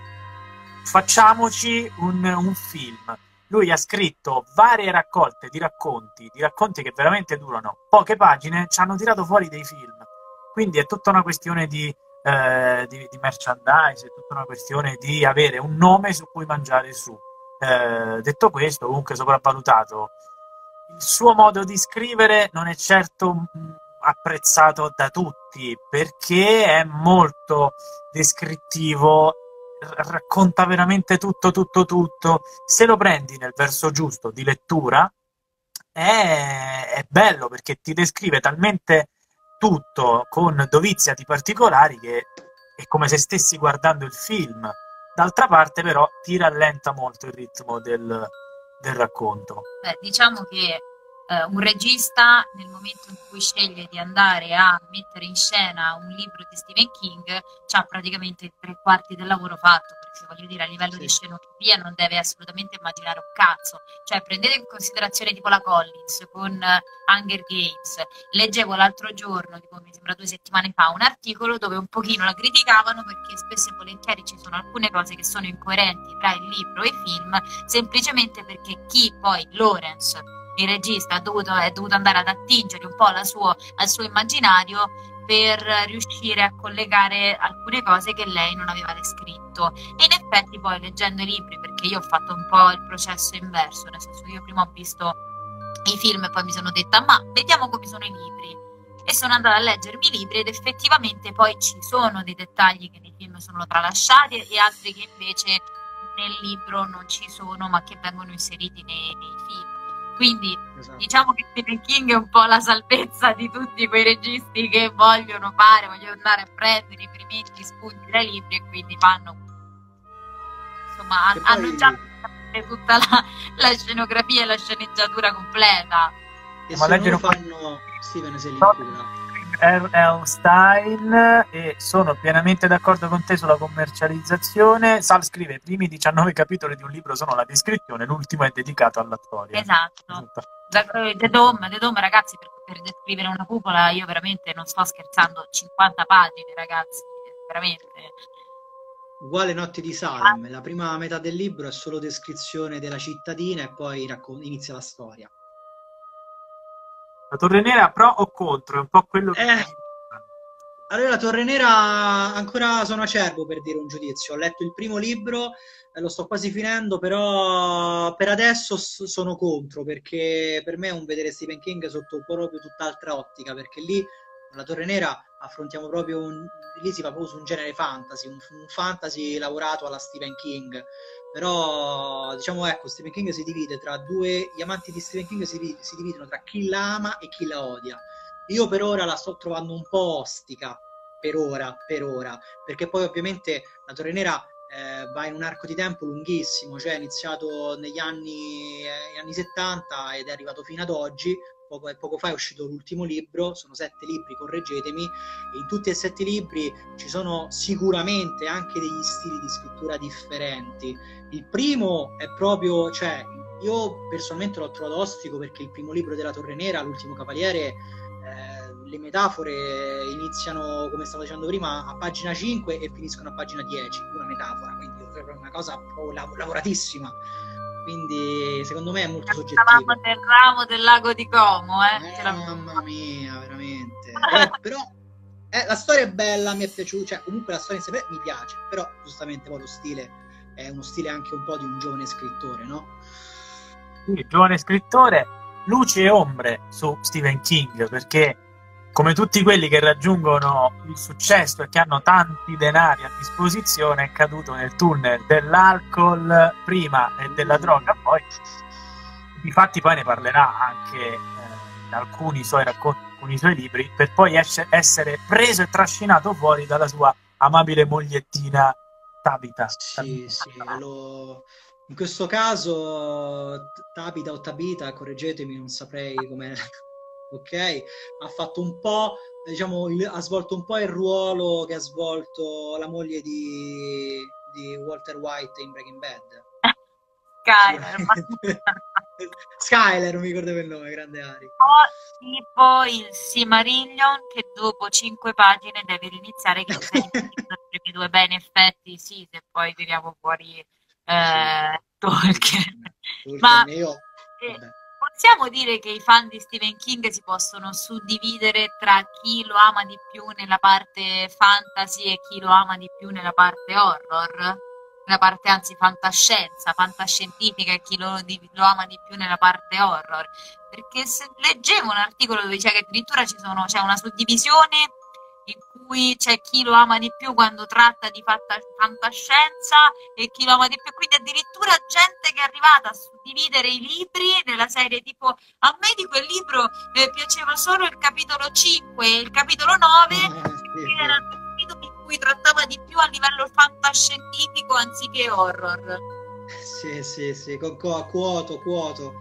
facciamoci un, un film. Lui ha scritto varie raccolte di racconti, di racconti che veramente durano poche pagine, ci hanno tirato fuori dei film. Quindi è tutta una questione di, eh, di, di merchandise, è tutta una questione di avere un nome su cui mangiare su. Eh, detto questo, comunque sopravvalutato, il suo modo di scrivere non è certo mh, apprezzato da tutti, perché è molto descrittivo, racconta veramente tutto, tutto, tutto. Se lo prendi nel verso giusto di lettura, è, è bello, perché ti descrive talmente tutto con doviziati particolari che è come se stessi guardando il film. D'altra parte, però, ti rallenta molto il ritmo del, del racconto. Beh, diciamo che eh, un regista, nel momento in cui sceglie di andare a mettere in scena un libro di Stephen King, c'ha praticamente tre quarti del lavoro fatto, perché voglio dire a livello Sì. di scenografia non deve assolutamente immaginare un cazzo, cioè prendete in considerazione tipo la Collins con eh, Hunger Games. Leggevo l'altro giorno, tipo mi sembra due settimane fa, un articolo dove un pochino la criticavano perché spesso e volentieri ci sono alcune cose che sono incoerenti tra il libro e i film, semplicemente perché chi poi, Lawrence, il regista, ha dovuto, è dovuto andare ad attingere un po' alla suo, al suo immaginario per riuscire a collegare alcune cose che lei non aveva descritto. E in effetti poi leggendo i libri, perché io ho fatto un po' il processo inverso, nel senso che io prima ho visto i film e poi mi sono detta ma vediamo come sono i libri, e sono andata a leggermi i libri ed effettivamente poi ci sono dei dettagli che nei film sono tralasciati e altri che invece nel libro non ci sono ma che vengono inseriti nei, nei film. Quindi Esatto. diciamo che Stephen King è un po' la salvezza di tutti quei registi che vogliono fare, vogliono andare a prendere i riferimenti, spunti dai libri e quindi fanno, insomma, Che hanno poi- già tutta la, la scenografia e la sceneggiatura completa. E Ma se leggere non un po' fanno Steven se li cura. R L. Stein, e sono pienamente d'accordo con te sulla commercializzazione. Sal scrive: i primi diciannove capitoli di un libro sono la descrizione, l'ultimo è dedicato alla storia. Esatto. Esatto. Da- eh, The Dome, The Dome, ragazzi, per, per descrivere una cupola io veramente non sto scherzando, cinquanta pagine, ragazzi, veramente. Uguale Notti di Salem, la prima metà del libro è solo descrizione della cittadina e poi raccon- inizia la storia. La Torre Nera pro o contro? È un po' quello che... Eh. Allora, Torre Nera ancora sono acerbo per dire un giudizio. Ho letto il primo libro, eh, lo sto quasi finendo, però per adesso s- sono contro, perché per me è un vedere Stephen King sotto proprio tutt'altra ottica, perché lì con la Torre Nera affrontiamo proprio un... lì si va proprio su un genere fantasy, un, un fantasy lavorato alla Stephen King. Però diciamo, ecco, Stephen King si divide tra due, gli amanti di Stephen King si, div- si dividono tra chi la ama e chi la odia. Io per ora la sto trovando un po' ostica, per ora, per ora, perché poi ovviamente la Torre Nera eh, va in un arco di tempo lunghissimo, cioè è iniziato negli anni, eh, anni settanta ed è arrivato fino ad oggi. Poco, poco fa è uscito l'ultimo libro, sono sette libri, correggetemi, e in tutti e sette libri ci sono sicuramente anche degli stili di scrittura differenti. Il primo è proprio, cioè, io personalmente l'ho trovato ostico perché il primo libro della Torre Nera, L'ultimo cavaliere, eh, le metafore iniziano, come stavo dicendo prima, a pagina cinque e finiscono a pagina dieci, una metafora, quindi è una cosa proprio lav- lavoratissima. Quindi secondo me è molto soggettivo. Stavamo nel ramo del lago di Como, eh? Eh, Ce la- mamma mia, veramente. Però, però eh, la storia è bella, mi è piaciuta, cioè comunque la storia in sé mi piace, però giustamente poi lo stile è uno stile anche un po' di un giovane scrittore, no? Sì, giovane scrittore, luci e ombre su Stephen King, perché come tutti quelli che raggiungono il successo e che hanno tanti denari a disposizione, è caduto nel tunnel dell'alcol prima e della droga poi. Difatti poi ne parlerà anche eh, in alcuni suoi racconti, in alcuni suoi libri, per poi esce- essere preso e trascinato fuori dalla sua amabile mogliettina Tabitha. Sì, sì, lo... in questo caso T- Tabita o Tabita, correggetemi, non saprei come, ok? Ha fatto un po', diciamo, il- ha svolto un po' il ruolo che ha svolto la moglie di, di Walter White in Breaking Bad. Skyler, ma Skyler, non mi ricordavo il nome, grande Ari. tipo il Silmarillion che dopo cinque pagine deve riniziare che ti sei dimenticato i primi due. Beh, in effetti sì, se poi tiriamo fuori eh, Tolkien. Ma Tolkien, io, eh, vabbè. possiamo dire che i fan di Stephen King si possono suddividere tra chi lo ama di più nella parte fantasy e chi lo ama di più nella parte horror? Nella parte anzi fantascienza, fantascientifica, e chi lo, di- lo ama di più nella parte horror. Perché se leggevo un articolo dove diceva che addirittura ci sono, c'è una suddivisione in cui c'è chi lo ama di più quando tratta di fatta- fantascienza e chi lo ama di più, quindi addirittura gente che è arrivata a suddividere i libri nella serie tipo a me di quel libro eh, piaceva solo il capitolo cinque e il capitolo nove Eh, sì, che sì. erano i capitoli in cui trattava di più a livello fantascientifico anziché horror. Sì, sì, sì, co- co- quoto, quoto, quoto.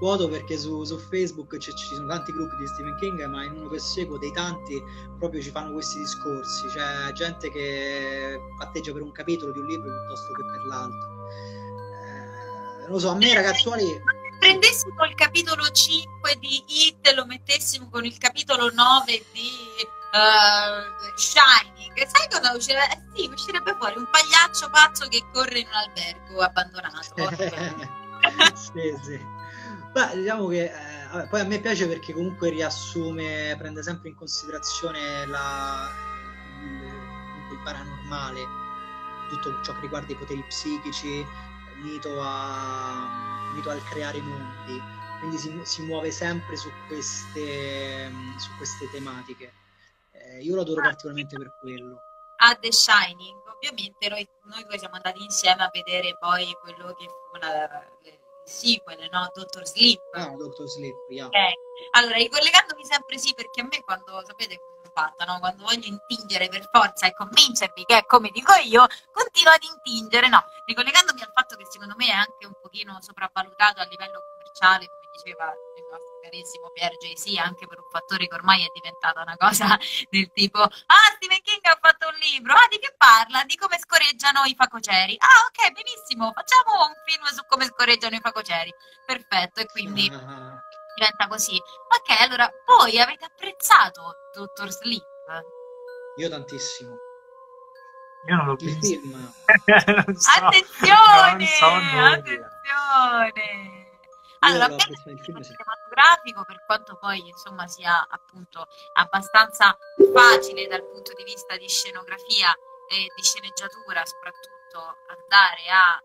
quoto perché su, su Facebook ci, ci sono tanti gruppi di Stephen King, ma in uno che seguo dei tanti proprio ci fanno questi discorsi. C'è gente che patteggia per un capitolo di un libro piuttosto che per l'altro. Eh, non lo so, a me ragazzuoli... Prendessimo il capitolo cinque di It e lo mettessimo con il capitolo nove di uh, Shining, sai cosa uscirebbe? Eh sì, uscirebbe fuori un pagliaccio pazzo che corre in un albergo abbandonato. Sì, sì. Beh, diciamo che eh, poi a me piace perché comunque riassume, prende sempre in considerazione la, il, il paranormale, tutto ciò che riguarda i poteri psichici, unito, a, unito al creare mondi, quindi si, si muove sempre su queste, su queste tematiche. Eh, io lo adoro particolarmente per quello. A The Shining, ovviamente noi, noi due siamo andati insieme a vedere poi quello che fu la, il sequel, no? Doctor Sleep. Ah, Doctor Sleep, yeah. Ok, allora ricollegandomi sempre sì, perché a me quando, sapete come sono fatta, no? Quando voglio intingere per forza e convincervi che è come dico io, continuo ad intingere, no? Ricollegandomi al fatto che secondo me è anche un pochino sopravvalutato a livello commerciale, come diceva il nostro carissimo Pier J C, anche per un fattore che ormai è diventata una cosa del tipo: ah, Stephen King ha fatto un libro, ah, di che parla? Di come scorreggiano i facoceri. Ah, ok, benissimo, facciamo un film su come scorreggiano i facoceri. Perfetto, e quindi Ah, diventa così. Ok, allora, voi avete apprezzato Doctor Sleep? io tantissimo. Io non l'ho Il visto. film, Non so, Attenzione! non so nulla. Attenzione! io Allora, l'ho per apprezzato, il film, sì. cinematografico, per quanto poi insomma sia appunto abbastanza facile dal punto di vista di scenografia e di sceneggiatura, soprattutto andare a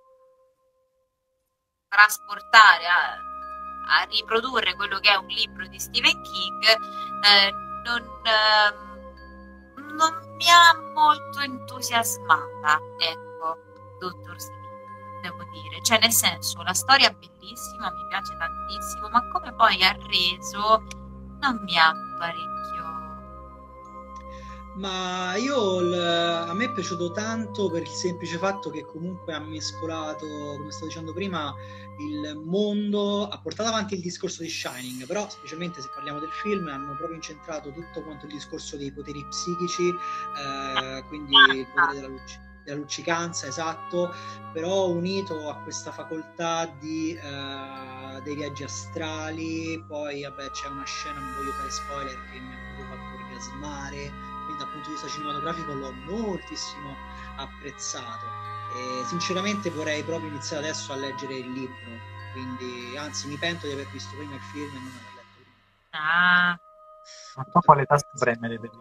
trasportare, a, a riprodurre quello che è un libro di Stephen King, eh, non, eh, non mi ha molto entusiasmata, ecco, Doctor Sleep, devo dire. Cioè, nel senso, la storia è bellissima, mi piace tantissimo, ma come poi ha reso non mi ha parecchio. Ma io l- a me è piaciuto tanto per il semplice fatto che comunque ha mescolato, come stavo dicendo prima, il mondo, ha portato avanti il discorso di Shining, però specialmente se parliamo del film hanno proprio incentrato tutto quanto il discorso dei poteri psichici, eh, quindi il potere della, luc- della luccicanza, esatto, però unito a questa facoltà di, eh, dei viaggi astrali. Poi vabbè, c'è una scena, non voglio fare spoiler, che mi ha proprio fatto orgasmare, quindi dal punto di vista cinematografico l'ho moltissimo apprezzato e sinceramente vorrei proprio iniziare adesso a leggere il libro, quindi anzi mi pento di aver visto prima il film e non aver letto il libro. Ah, Non so quale tasto premere per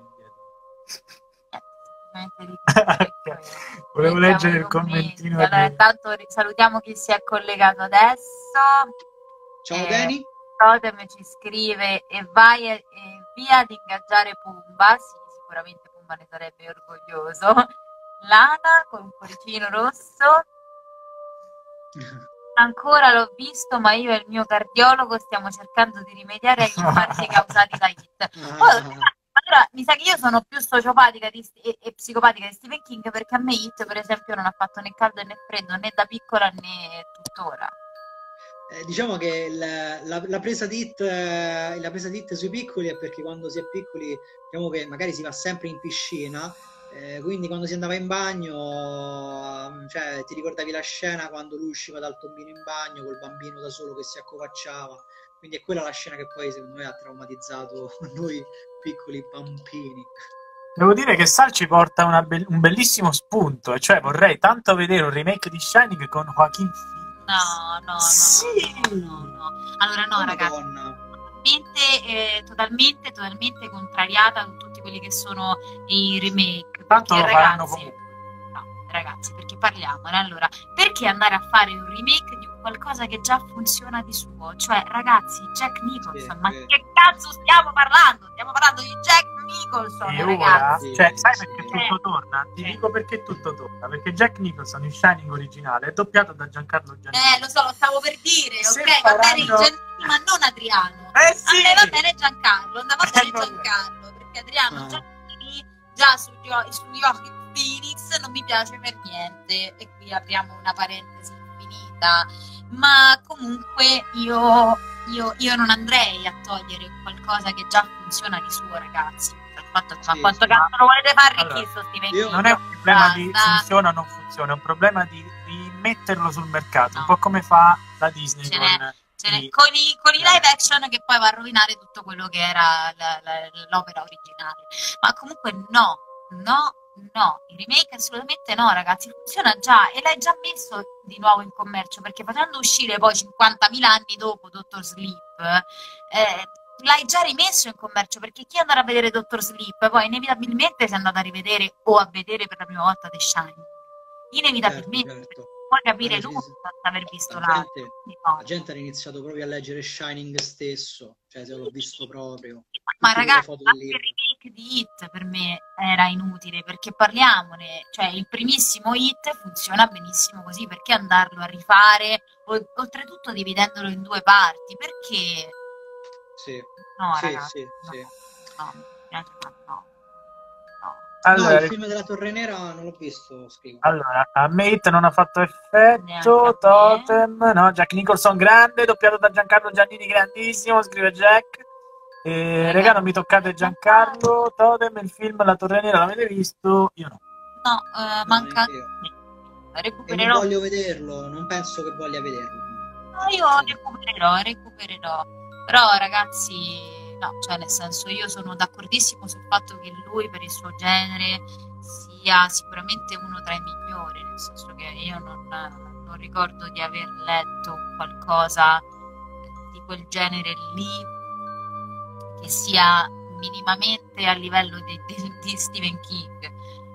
l'indietro. Volevo leggere il commentino. Allora, intanto salutiamo chi si è collegato adesso. Ciao eh, Dani. Totem ci scrive: e vai e, e via ad ingaggiare Pumba. Sì, sicuramente Pumba ne sarebbe orgoglioso. Lana con un cuoricino rosso. Ancora l'ho visto, ma io e il mio cardiologo stiamo cercando di rimediare agli infarti causati da It. Allora, mi sa che io sono più sociopatica di, e, e psicopatica di Stephen King, perché a me It, per esempio, non ha fatto né caldo né freddo, né da piccola né tuttora. Eh, diciamo che la, la, la presa di It, eh, la presa di It sui piccoli è perché quando si è piccoli, diciamo che magari si va sempre in piscina, eh, quindi quando si andava in bagno, cioè ti ricordavi la scena quando lui usciva dal tombino in bagno col bambino da solo che si accovacciava, quindi è quella la scena che poi secondo me ha traumatizzato noi piccoli bambini. Devo dire che Sal ci porta una be- un bellissimo spunto, e cioè vorrei tanto vedere un remake di Shining con Joaquin Phoenix. No, no, no, sì. no, no, no. Allora no, Oh, ragazzi, Madonna. totalmente, eh, totalmente, totalmente contrariata con tutti quelli che sono i remake. Tanto Perché, lo faranno ragazzi, comunque. no, ragazzi, perché parliamone. Allora, perché andare a fare un remake di qualcosa che già funziona di suo? Cioè, ragazzi, Jack Nicholson, Sì, ma sì. che cazzo stiamo parlando? Stiamo parlando di Jack Nicholson, E ora, ragazzi. cioè, sai Sì, perché sì. tutto torna? Ti Sì. dico perché tutto torna. Perché Jack Nicholson in Shining originale è doppiato da Giancarlo Giannini. Eh, lo so, lo stavo per dire, Se ok? Va bene faranno- Giannini, ma non Adriano. Eh A sì! me va bene Giancarlo, andava Eh, bene vabbè. Giancarlo, perché Adriano Ah. Giannini già sugli, o- sugli occhi Phoenix non mi piace per niente, e qui apriamo una parentesi infinita, ma comunque io io, io non andrei a togliere qualcosa che già funziona di suo, ragazzi. Il fatto che, Sì, ma quanto sì. cazzo lo volete fare Allora, ricchissimo Steven io- King? Non è un problema di Basta. funziona o non funziona, è un problema di, di metterlo sul mercato, No. un po' come fa la Disney Ce con n'è- Ce n'è- i- con, i, con i eh. live action che poi va a rovinare tutto quello che era la- la- l'opera originale. Ma comunque no, no, no, i remake assolutamente no, ragazzi, funziona già e l'hai già messo di nuovo in commercio perché facendo uscire poi cinquantamila anni dopo Doctor Sleep, eh, l'hai già rimesso in commercio perché chi andrà a vedere Doctor Sleep poi inevitabilmente si è andato a rivedere o a vedere per la prima volta The Shining. Inevitabilmente, Certo, certo. puoi capire Eh, sì, lui sì. senza aver visto La l'altro. gente, quindi no. la gente ha iniziato proprio a leggere Shining stesso, cioè se l'ho visto proprio. Ma Tutte quelle ragazzi, foto del anche il libro. remake di Hit per me era inutile perché parliamone, cioè il primissimo Hit funziona benissimo così, perché andarlo a rifare, o- oltretutto dividendolo in due parti, perché Sì, no sì, ragazzi, sì, no, sì. no, mi spiace, ma no, no. Allora, No, il film della Torre Nera non l'ho visto, scrivo. allora, a me It non ha fatto effetto, Neanche a me. Totem, no, Jack Nicholson grande, doppiato da Giancarlo Giannini grandissimo, scrive Jack. Eh, regà, non mi toccate Giancarlo, Totem, il film La Torre Nera l'avete visto? Io no. No, eh, No, manca neanche io. E non recupererò. voglio vederlo, non penso che voglia vederlo. No, io recupererò, recupererò. Però ragazzi, no, cioè nel senso io sono d'accordissimo sul fatto che lui per il suo genere sia sicuramente uno tra i migliori, nel senso che io non, non ricordo di aver letto qualcosa di quel genere lì che sia minimamente a livello di, di, di Stephen King.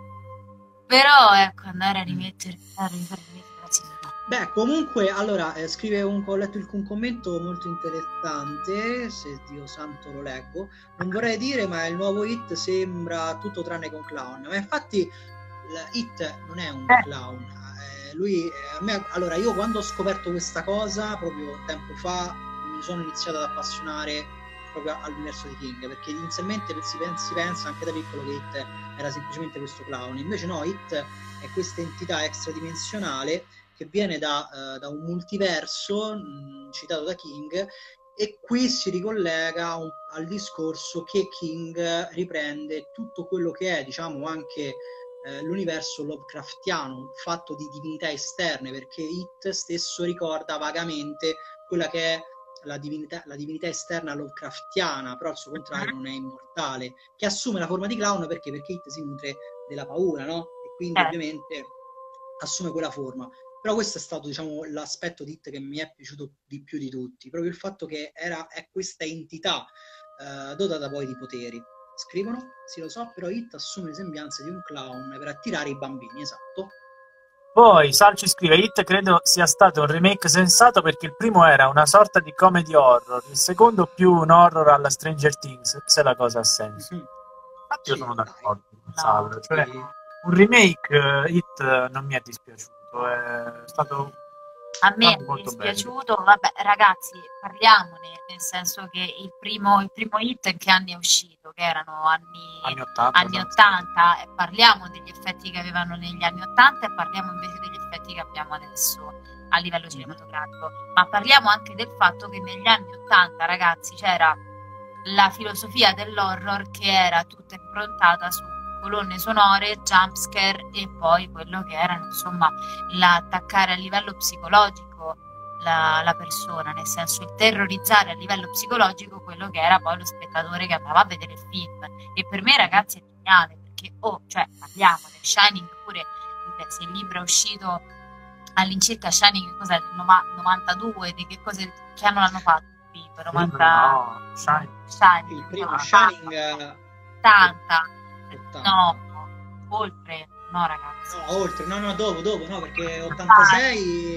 Però ecco, andare a rimettere, a rimettere sì, no. Beh, comunque, allora, eh, scrive un, ho letto il, un commento molto interessante, se Dio santo lo leggo. Non vorrei dire, ma il nuovo Hit sembra tutto tranne che un clown. Ma infatti, la Hit non è un Eh. clown. Eh, lui, eh, a me, allora, io quando ho scoperto questa cosa, proprio tempo fa, mi sono iniziato ad appassionare proprio all'universo di King, perché inizialmente si pensa, si pensa anche da piccolo che Hit era semplicemente questo clown. Invece no, Hit è questa entità extradimensionale che viene da, uh, da un multiverso mh, citato da King, e qui si ricollega un, al discorso che King riprende tutto quello che è, diciamo, anche eh, l'universo Lovecraftiano, fatto di divinità esterne, perché It stesso ricorda vagamente quella che è la divinità, la divinità esterna Lovecraftiana, però al suo contrario non è immortale, che assume la forma di clown perché, perché It si nutre della paura, no? E quindi Eh. ovviamente assume quella forma. Però questo è stato, diciamo, l'aspetto di It che mi è piaciuto di più di tutti, proprio il fatto che era, è questa entità eh, dotata poi di poteri. Scrivono, sì lo so, però It assume le sembianze di un clown per attirare i bambini, esatto. Poi Salci scrive: It credo sia stato un remake sensato perché il primo era una sorta di comedy horror, il secondo più un horror alla Stranger Things, se la cosa ha senso. Mm-hmm. Infatti io Sì, sono dai. d'accordo con No, Salvo, cioè Sì. un remake eh, It eh, non mi è dispiaciuto, è stato A me stato è molto dispiaciuto, vabbè ragazzi, parliamone, nel senso che il primo, il primo Hit in che anni è uscito? Che erano anni, bello. Anni ottanta, anni ottanta, e parliamo degli effetti che avevano negli anni ottanta e parliamo invece degli effetti che abbiamo adesso a livello cinematografico, ma parliamo anche del fatto che negli anni ottanta, ragazzi, c'era la filosofia dell'horror che era tutta improntata su colonne sonore, jumpscare e poi quello che erano, insomma, l'attaccare a livello psicologico la, la persona, nel senso il terrorizzare a livello psicologico quello che era poi lo spettatore che andava a vedere il film. E per me, ragazzi, è geniale, perché, oh, cioè, parliamo del Shining pure, beh, se il libro è uscito all'incirca, Shining cos'è, del novantadue, di che cose, che anno l'hanno fatto? novanta No, Shining. Shining, Il primo no, Shining ottanta, ottanta. no, oltre, no ragazzi. No, oltre, no, no, dopo, dopo, no, perché ottantasei... Eh,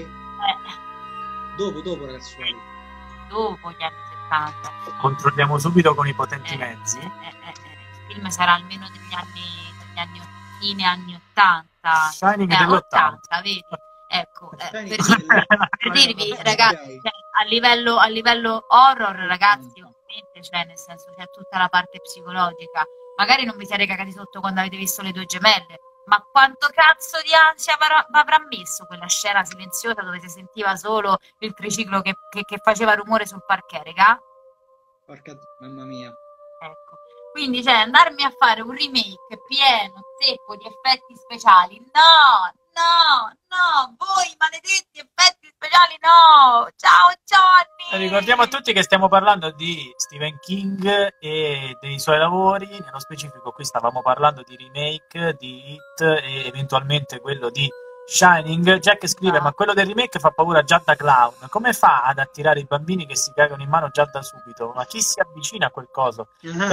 Dopo, dopo, ragazzuoli. dopo gli anni settanta. Controlliamo subito con i potenti Eh, mezzi. eh, eh, eh, il film sarà almeno degli anni, degli anni fine anni ottanta. Shining Eh, dell'ottanta. ottanta, vedi? Ecco, eh, Shining per, dirvi, del- per dirvi, Ok. ragazzi, cioè, a, livello, a livello horror, ragazzi, ovviamente, cioè, nel senso c'è tutta la parte psicologica. Magari non vi siete cagati sotto quando avete visto Le Due Gemelle, ma quanto cazzo di ansia avrà, avrà messo quella scena silenziosa dove si sentiva solo il triciclo che, che, che faceva rumore sul parquet, raga? Porca, mamma mia. Ecco. Quindi, cioè, andarmi a fare un remake pieno, zeppo di effetti speciali, no, no, no, voi maledetti effetti speciali, no, ciao Johnny! Ricordiamo a tutti che stiamo parlando di Stephen King e dei suoi lavori, nello specifico qui stavamo parlando di remake di It e eventualmente quello di Shining. Jack scrive, Ah. ma quello del remake fa paura già da clown, come fa ad attirare i bambini che si cagano in mano già da subito? Ma chi si avvicina a quel coso?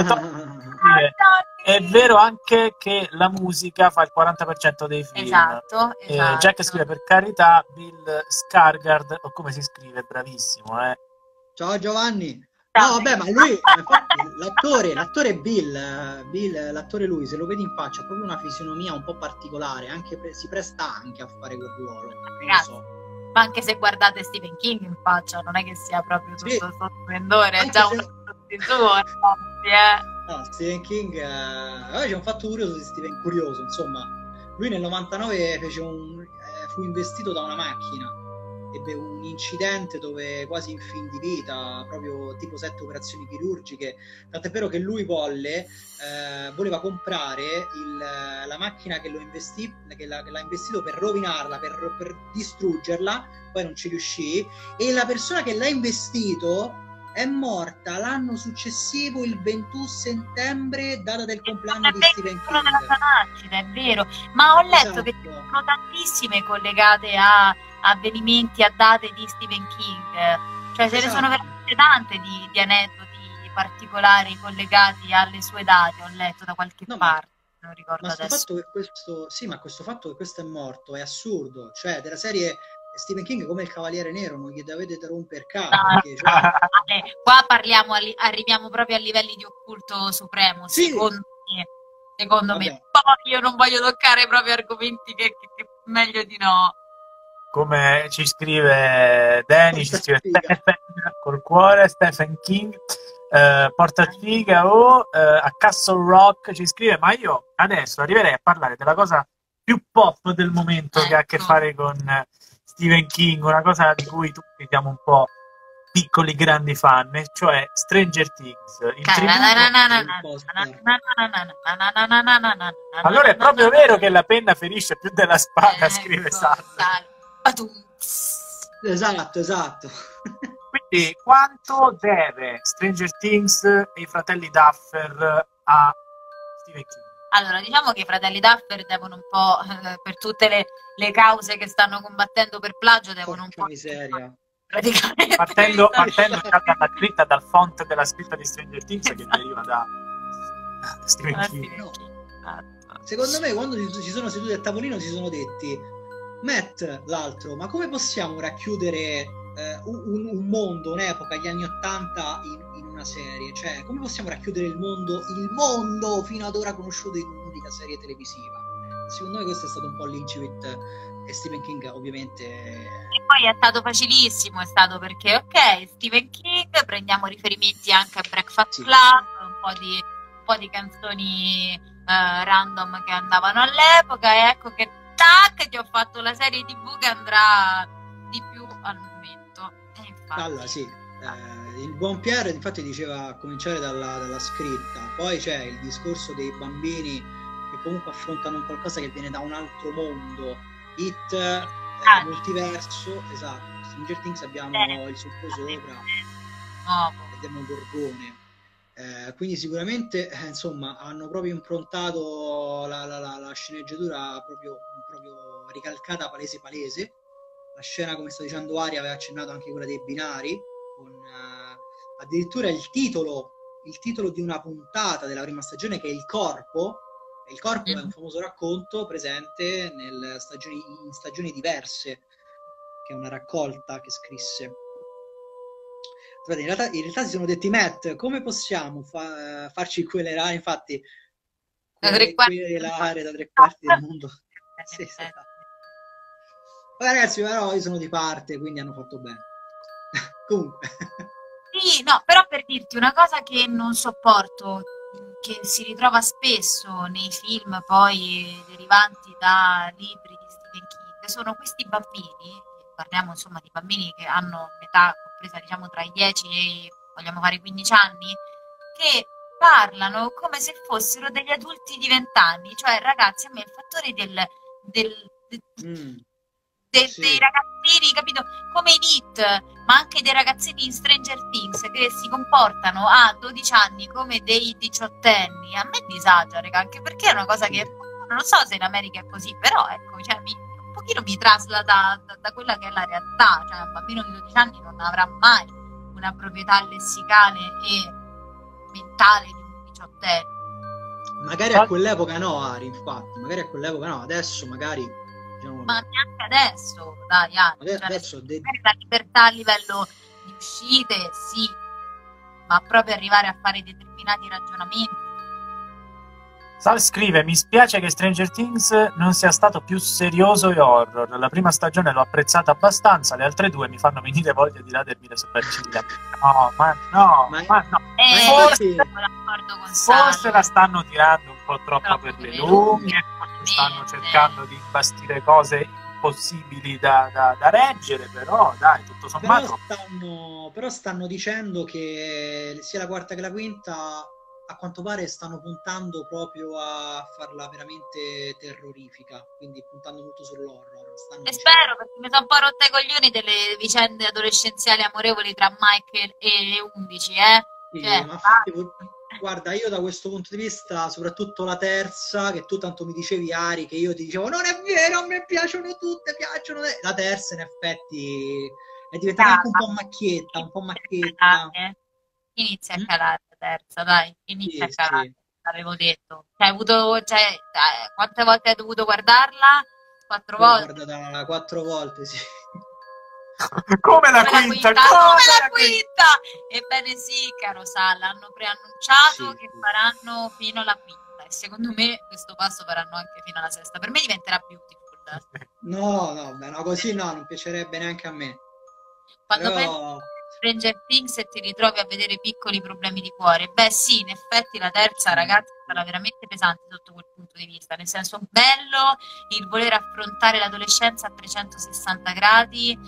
È vero anche che la musica fa il quaranta per cento dei film. Esatto, Eh, esatto. Jack scrive, per carità, Bill Skarsgård, o come si scrive, bravissimo, eh. Ciao Giovanni. No, vabbè, ma lui, infatti, l'attore, l'attore Bill, eh, Bill, l'attore lui, se lo vedi in faccia, ha proprio una fisionomia un po' particolare, anche pre- si presta anche a fare quel ruolo. Non lo Ragazzi, so. ma anche se guardate Stephen King in faccia, non è che sia proprio tutto Sì. sto splendore, è Anche già se- un tutti suo, ragazzi, eh. No, Stephen King, eh, oggi c'è un fatto curioso di Stephen curioso, insomma, lui nel novantanove fece un, eh, fu investito da una macchina, ebbe un incidente dove quasi in fin di vita, proprio tipo sette operazioni chirurgiche, tant'è vero che lui volle, eh, voleva comprare il, la macchina che lo investì, che l'ha, che l'ha investito per rovinarla, per, per distruggerla, poi non ci riuscì, e la persona che l'ha investito è morta l'anno successivo, il ventuno settembre, data del compleanno di Stephen Quello della King. sua nascita, è vero, ma ho letto che ci Esatto. sono tantissime collegate a avvenimenti, a date di Stephen King, cioè ce ne sono Esatto. veramente tante di, di aneddoti particolari collegati alle sue date, ho letto da qualche No, ma- parte, non ricordo Ma sto adesso. fatto che questo, sì, ma questo fatto che questo è morto è assurdo, cioè della serie Stephen King come il Cavaliere Nero, non gli dovete rompere il capo, No, perché, cioè, eh, qua parliamo, a li- arriviamo proprio a livelli di occulto supremo, Sì. secondo me. Secondo Vabbè. me. Poi io non voglio toccare proprio argomenti che, che- che meglio di no. Come ci scrive Danny, ci scrive Figa. Stephen col cuore, Stephen King, eh, Porta Figa o eh, a Castle Rock ci scrive, ma io adesso arriverei a parlare della cosa più pop del momento che ha a che Ecco. fare con eh, Stephen King, una cosa di cui tutti siamo un po' piccoli grandi fan, e cioè Stranger Things. Il tributo... Allora è proprio vero che la penna ferisce più della spada, scrive Sandra. Esatto, esatto. Quindi quanto deve Stranger Things e i fratelli Duffer a Stephen King? Allora, diciamo che i fratelli Duffer devono un po', eh, per tutte le, le cause che stanno combattendo per plagio, devono un Porca po'... miseria. Praticamente... Partendo, partendo già dalla scritta, dal font della scritta di Stranger Things che deriva da, da Stephen Ah, King. Stephen King. Esatto. Secondo me quando si si sono seduti a tavolino si sono detti, Matt, l'altro, ma come possiamo racchiudere eh, un, un mondo, un'epoca, gli anni Ottanta in, in una serie? Cioè, come possiamo racchiudere il mondo, il mondo fino ad ora conosciuto in un'unica serie televisiva? Secondo me questo è stato un po' l'incipit, e Stephen King ovviamente... E poi è stato facilissimo, è stato perché, ok, Stephen King, prendiamo riferimenti anche a Breakfast Sì. Club, un po' di, un po' di canzoni eh, random che andavano all'epoca, e ecco che tac, ti ho fatto la serie tivù che andrà di più al momento. E infatti, Allora, sì, eh, il buon Pierre infatti diceva a cominciare dalla, dalla scritta, poi c'è il discorso dei bambini che comunque affrontano un qualcosa che viene da un altro mondo. It, eh, Ah. multiverso, esatto. Stranger Things abbiamo Bene. il sottosopra nuovo. e Demogorgone. Eh, quindi sicuramente eh, insomma hanno proprio improntato la, la, la, la sceneggiatura proprio, proprio ricalcata palese palese. La scena, come sta dicendo Aria, aveva accennato anche quella dei binari, con eh, addirittura il titolo, il titolo di una puntata della prima stagione, che è Il Corpo. E Il Corpo Mm. è un famoso racconto presente nel stagioni, in stagioni diverse, che è una raccolta che scrisse. Aspetta, in realtà, in realtà si sono detti, Matt, come possiamo fa- farci querelare, infatti, Da tre quarti- querelare da tre quarti del mondo. Sì, sì, esatto. Vabbè, ragazzi, però io sono di parte, quindi hanno fatto bene. Comunque, Sì, no, però per dirti una cosa che non sopporto che si ritrova spesso nei film poi derivanti da libri di Stephen King, sono questi bambini, parliamo insomma di bambini che hanno un'età compresa diciamo tra i dieci e vogliamo fare quindici anni, che parlano come se fossero degli adulti di venti anni, cioè ragazzi, a me il fattore del, del, del Mm, de- sì. dei ragazzini, capito? Come in It, ma anche dei ragazzini in Stranger Things che si comportano a dodici anni come dei diciottenni. A me disagio, raga, anche perché è una cosa che non so se in America è così, però ecco, cioè, mi, un pochino mi trasla da, da, da quella che è la realtà. Cioè, un bambino di dodici anni non avrà mai una proprietà lessicale e mentale di un diciottenne. Magari a quell'epoca no, Ari, infatti, magari a quell'epoca no, adesso magari diciamo, Ma neanche adesso, dai, Ani, Ade- cioè, adesso de- magari la libertà a livello di uscite, sì, ma proprio arrivare a fare determinati ragionamenti. Sal scrive: mi spiace che Stranger Things non sia stato più serioso e horror. La prima stagione l'ho apprezzata abbastanza, le altre due mi fanno venire voglia di radermi le sopracciglia. No, ma no, Ma- ma no. Eh, Forse- io sono d'accordo con Forse Salo. la stanno tirando un po' troppo Troppo per le per le lunghe, lunghe, forse stanno probabilmente. cercando di imbastire cose impossibili da, da- da reggere, però dai, tutto Però sommato. stanno, però stanno dicendo che sia la quarta che la quinta, a quanto pare, stanno puntando proprio a farla veramente terrorifica, quindi puntando molto sull'horror. Stanno E dicendo. spero, perché mi sono un po' rotta i coglioni delle vicende adolescenziali amorevoli tra Michael e undici, eh? Sì, Cioè, ma ah, tipo, guarda, io da questo punto di vista, soprattutto la terza, che tu tanto mi dicevi, Ari, che io ti dicevo non è vero, a me piacciono tutte, piacciono te. La terza in effetti è diventata anche un po' macchietta, un po' macchietta. calare, inizia a Mm? calare la terza, dai, inizia Sì, a calare, sì. l'avevo detto. Cioè, hai avuto, cioè, eh, quante volte hai dovuto guardarla? Quattro Io l'ho volte. guardata quattro volte, sì. Come la Come quinta, come la la quinta! Ebbene sì, caro Sal, hanno preannunciato Sì, che sì. faranno fino alla quinta e secondo me questo passo faranno anche fino alla sesta. Per me diventerà Beautiful. No, no, beh, no, così no, non piacerebbe neanche a me. Quando Però pensi a Stranger Things e ti ritrovi a vedere piccoli problemi di cuore, beh sì, in effetti la terza, ragazzi, sarà veramente pesante sotto quel punto di vista, nel senso bello il voler affrontare l'adolescenza a trecentosessanta gradi,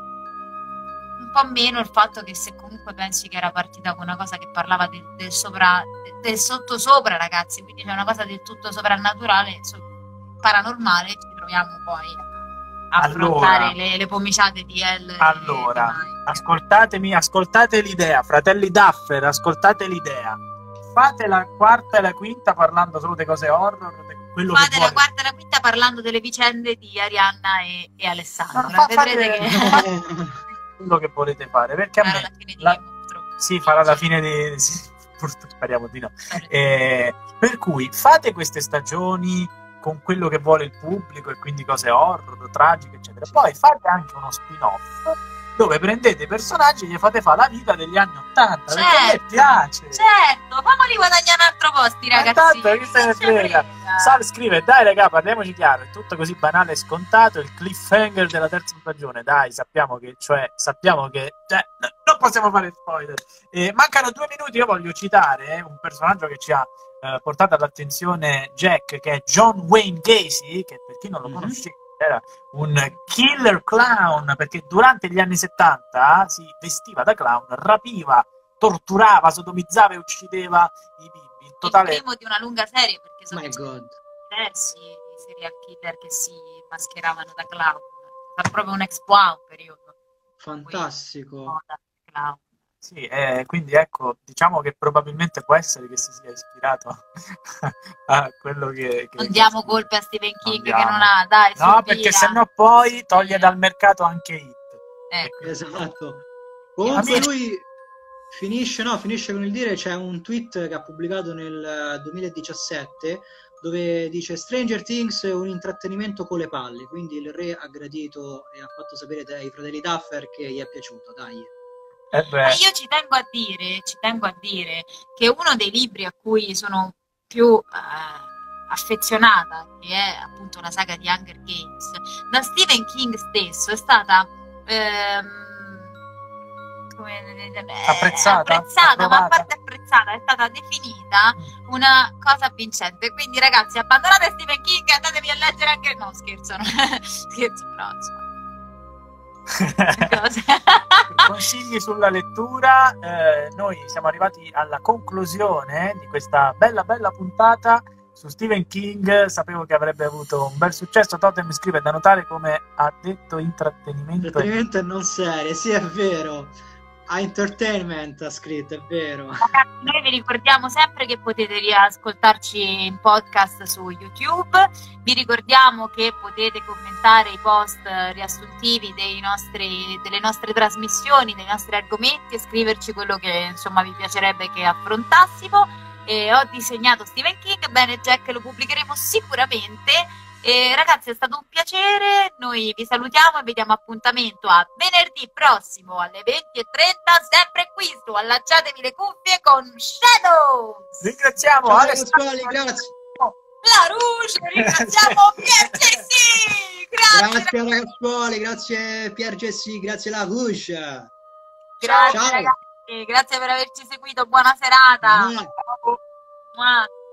un po' meno il fatto che se comunque pensi che era partita con una cosa che parlava del, del sopra, del sottosopra, ragazzi, quindi c'è una cosa del tutto soprannaturale, so- paranormale, ci troviamo poi a affrontare Allora. le, le pomiciate di Elle. Allora, e di Mike. ascoltatemi, ascoltate l'idea, fratelli Duffer, ascoltate l'idea. Fate la quarta e la quinta parlando solo di cose horror, di quello Fate che la vuole. quarta e la quinta parlando delle vicende di Arianna e, e Alessandro. No, fa- Vedrete fate- che quello che volete fare, perché a sarà me la fine di la- Game of Thrones. sì, farà la fine di sì, pur- speriamo di no. Eh, per cui fate queste stagioni con quello che vuole il pubblico e quindi cose horror, tragiche, eccetera. Poi fate anche uno spin-off dove prendete i personaggi e gli fate fare la vita degli anni Ottanta, perché a me Certo, piace. certo, famoli guadagnare un altro posto, Ma ragazzi. tanto, chi se ne frega? Sal scrive: dai raga, parliamoci chiaro, è tutto così banale e scontato, il cliffhanger della terza stagione, dai, sappiamo che, cioè, sappiamo che, cioè, n- non possiamo fare spoiler. Eh, mancano due minuti, io voglio citare eh, un personaggio che ci ha eh, portato all'attenzione Jack, che è John Wayne Gacy, che per chi non lo Mhm. conosceva era un killer clown, perché durante gli anni settanta si vestiva da clown, rapiva, torturava, sodomizzava e uccideva i bimbi. In totale... Il primo di una lunga serie, perché sono My God. diversi i serial killer che si mascheravano da clown. Era proprio un exploit un periodo. Fantastico. Moda, clown. Sì, eh, quindi ecco, diciamo che probabilmente può essere che si sia ispirato a quello che... che Non diamo che- colpe a Stephen King diamo. che non ha, dai, No, su, perché via. sennò poi toglie Via. dal mercato anche Hit. Ecco. E quindi- Esatto. Comunque Amici- lui finisce, no, finisce con il dire, c'è un tweet che ha pubblicato nel eh, duemiladiciassette dove dice Stranger Things è un intrattenimento con le palle, quindi il re ha gradito e ha fatto sapere ai fratelli Duffer che gli è piaciuto, dai. Eh beh, Ma io ci tengo a dire, ci tengo a dire che uno dei libri a cui sono più eh, affezionata, che è appunto la saga di Hunger Games, da Stephen King stesso è stata ehm, come apprezzata, apprezzata ma a parte apprezzata, è stata definita una cosa vincente. Quindi ragazzi, abbandonate Stephen King e andatevi a leggere anche, no scherzo, no. Scherzo, però insomma. Consigli sulla lettura. Eh, noi siamo arrivati alla conclusione di questa bella bella puntata su Stephen King. Sapevo che avrebbe avuto un bel successo. Totem scrive da notare come ha detto intrattenimento, intrattenimento e non serie. Sì, è vero, a entertainment ha scritto, è vero. Noi vi ricordiamo sempre che potete riascoltarci in podcast su YouTube, vi ricordiamo che potete commentare i post riassuntivi dei nostri, delle nostre trasmissioni, dei nostri argomenti e scriverci quello che insomma vi piacerebbe che affrontassimo. E ho disegnato Stephen King, bene Jack, lo pubblicheremo sicuramente. E ragazzi, è stato un piacere, noi vi salutiamo e vi diamo appuntamento a venerdì prossimo alle venti e trenta, sempre qui su Allacciatevi le cuffie con Shadows. Ringraziamo Ciao, Alessandro, ragazzuoli, grazie. La Rouge, ringraziamo Pier Gessi, grazie, grazie ragazzuoli, grazie Pier Gessi, grazie la Rouge. Grazie Ciao. ragazzi, grazie per averci seguito, buona serata. Mua. Mua.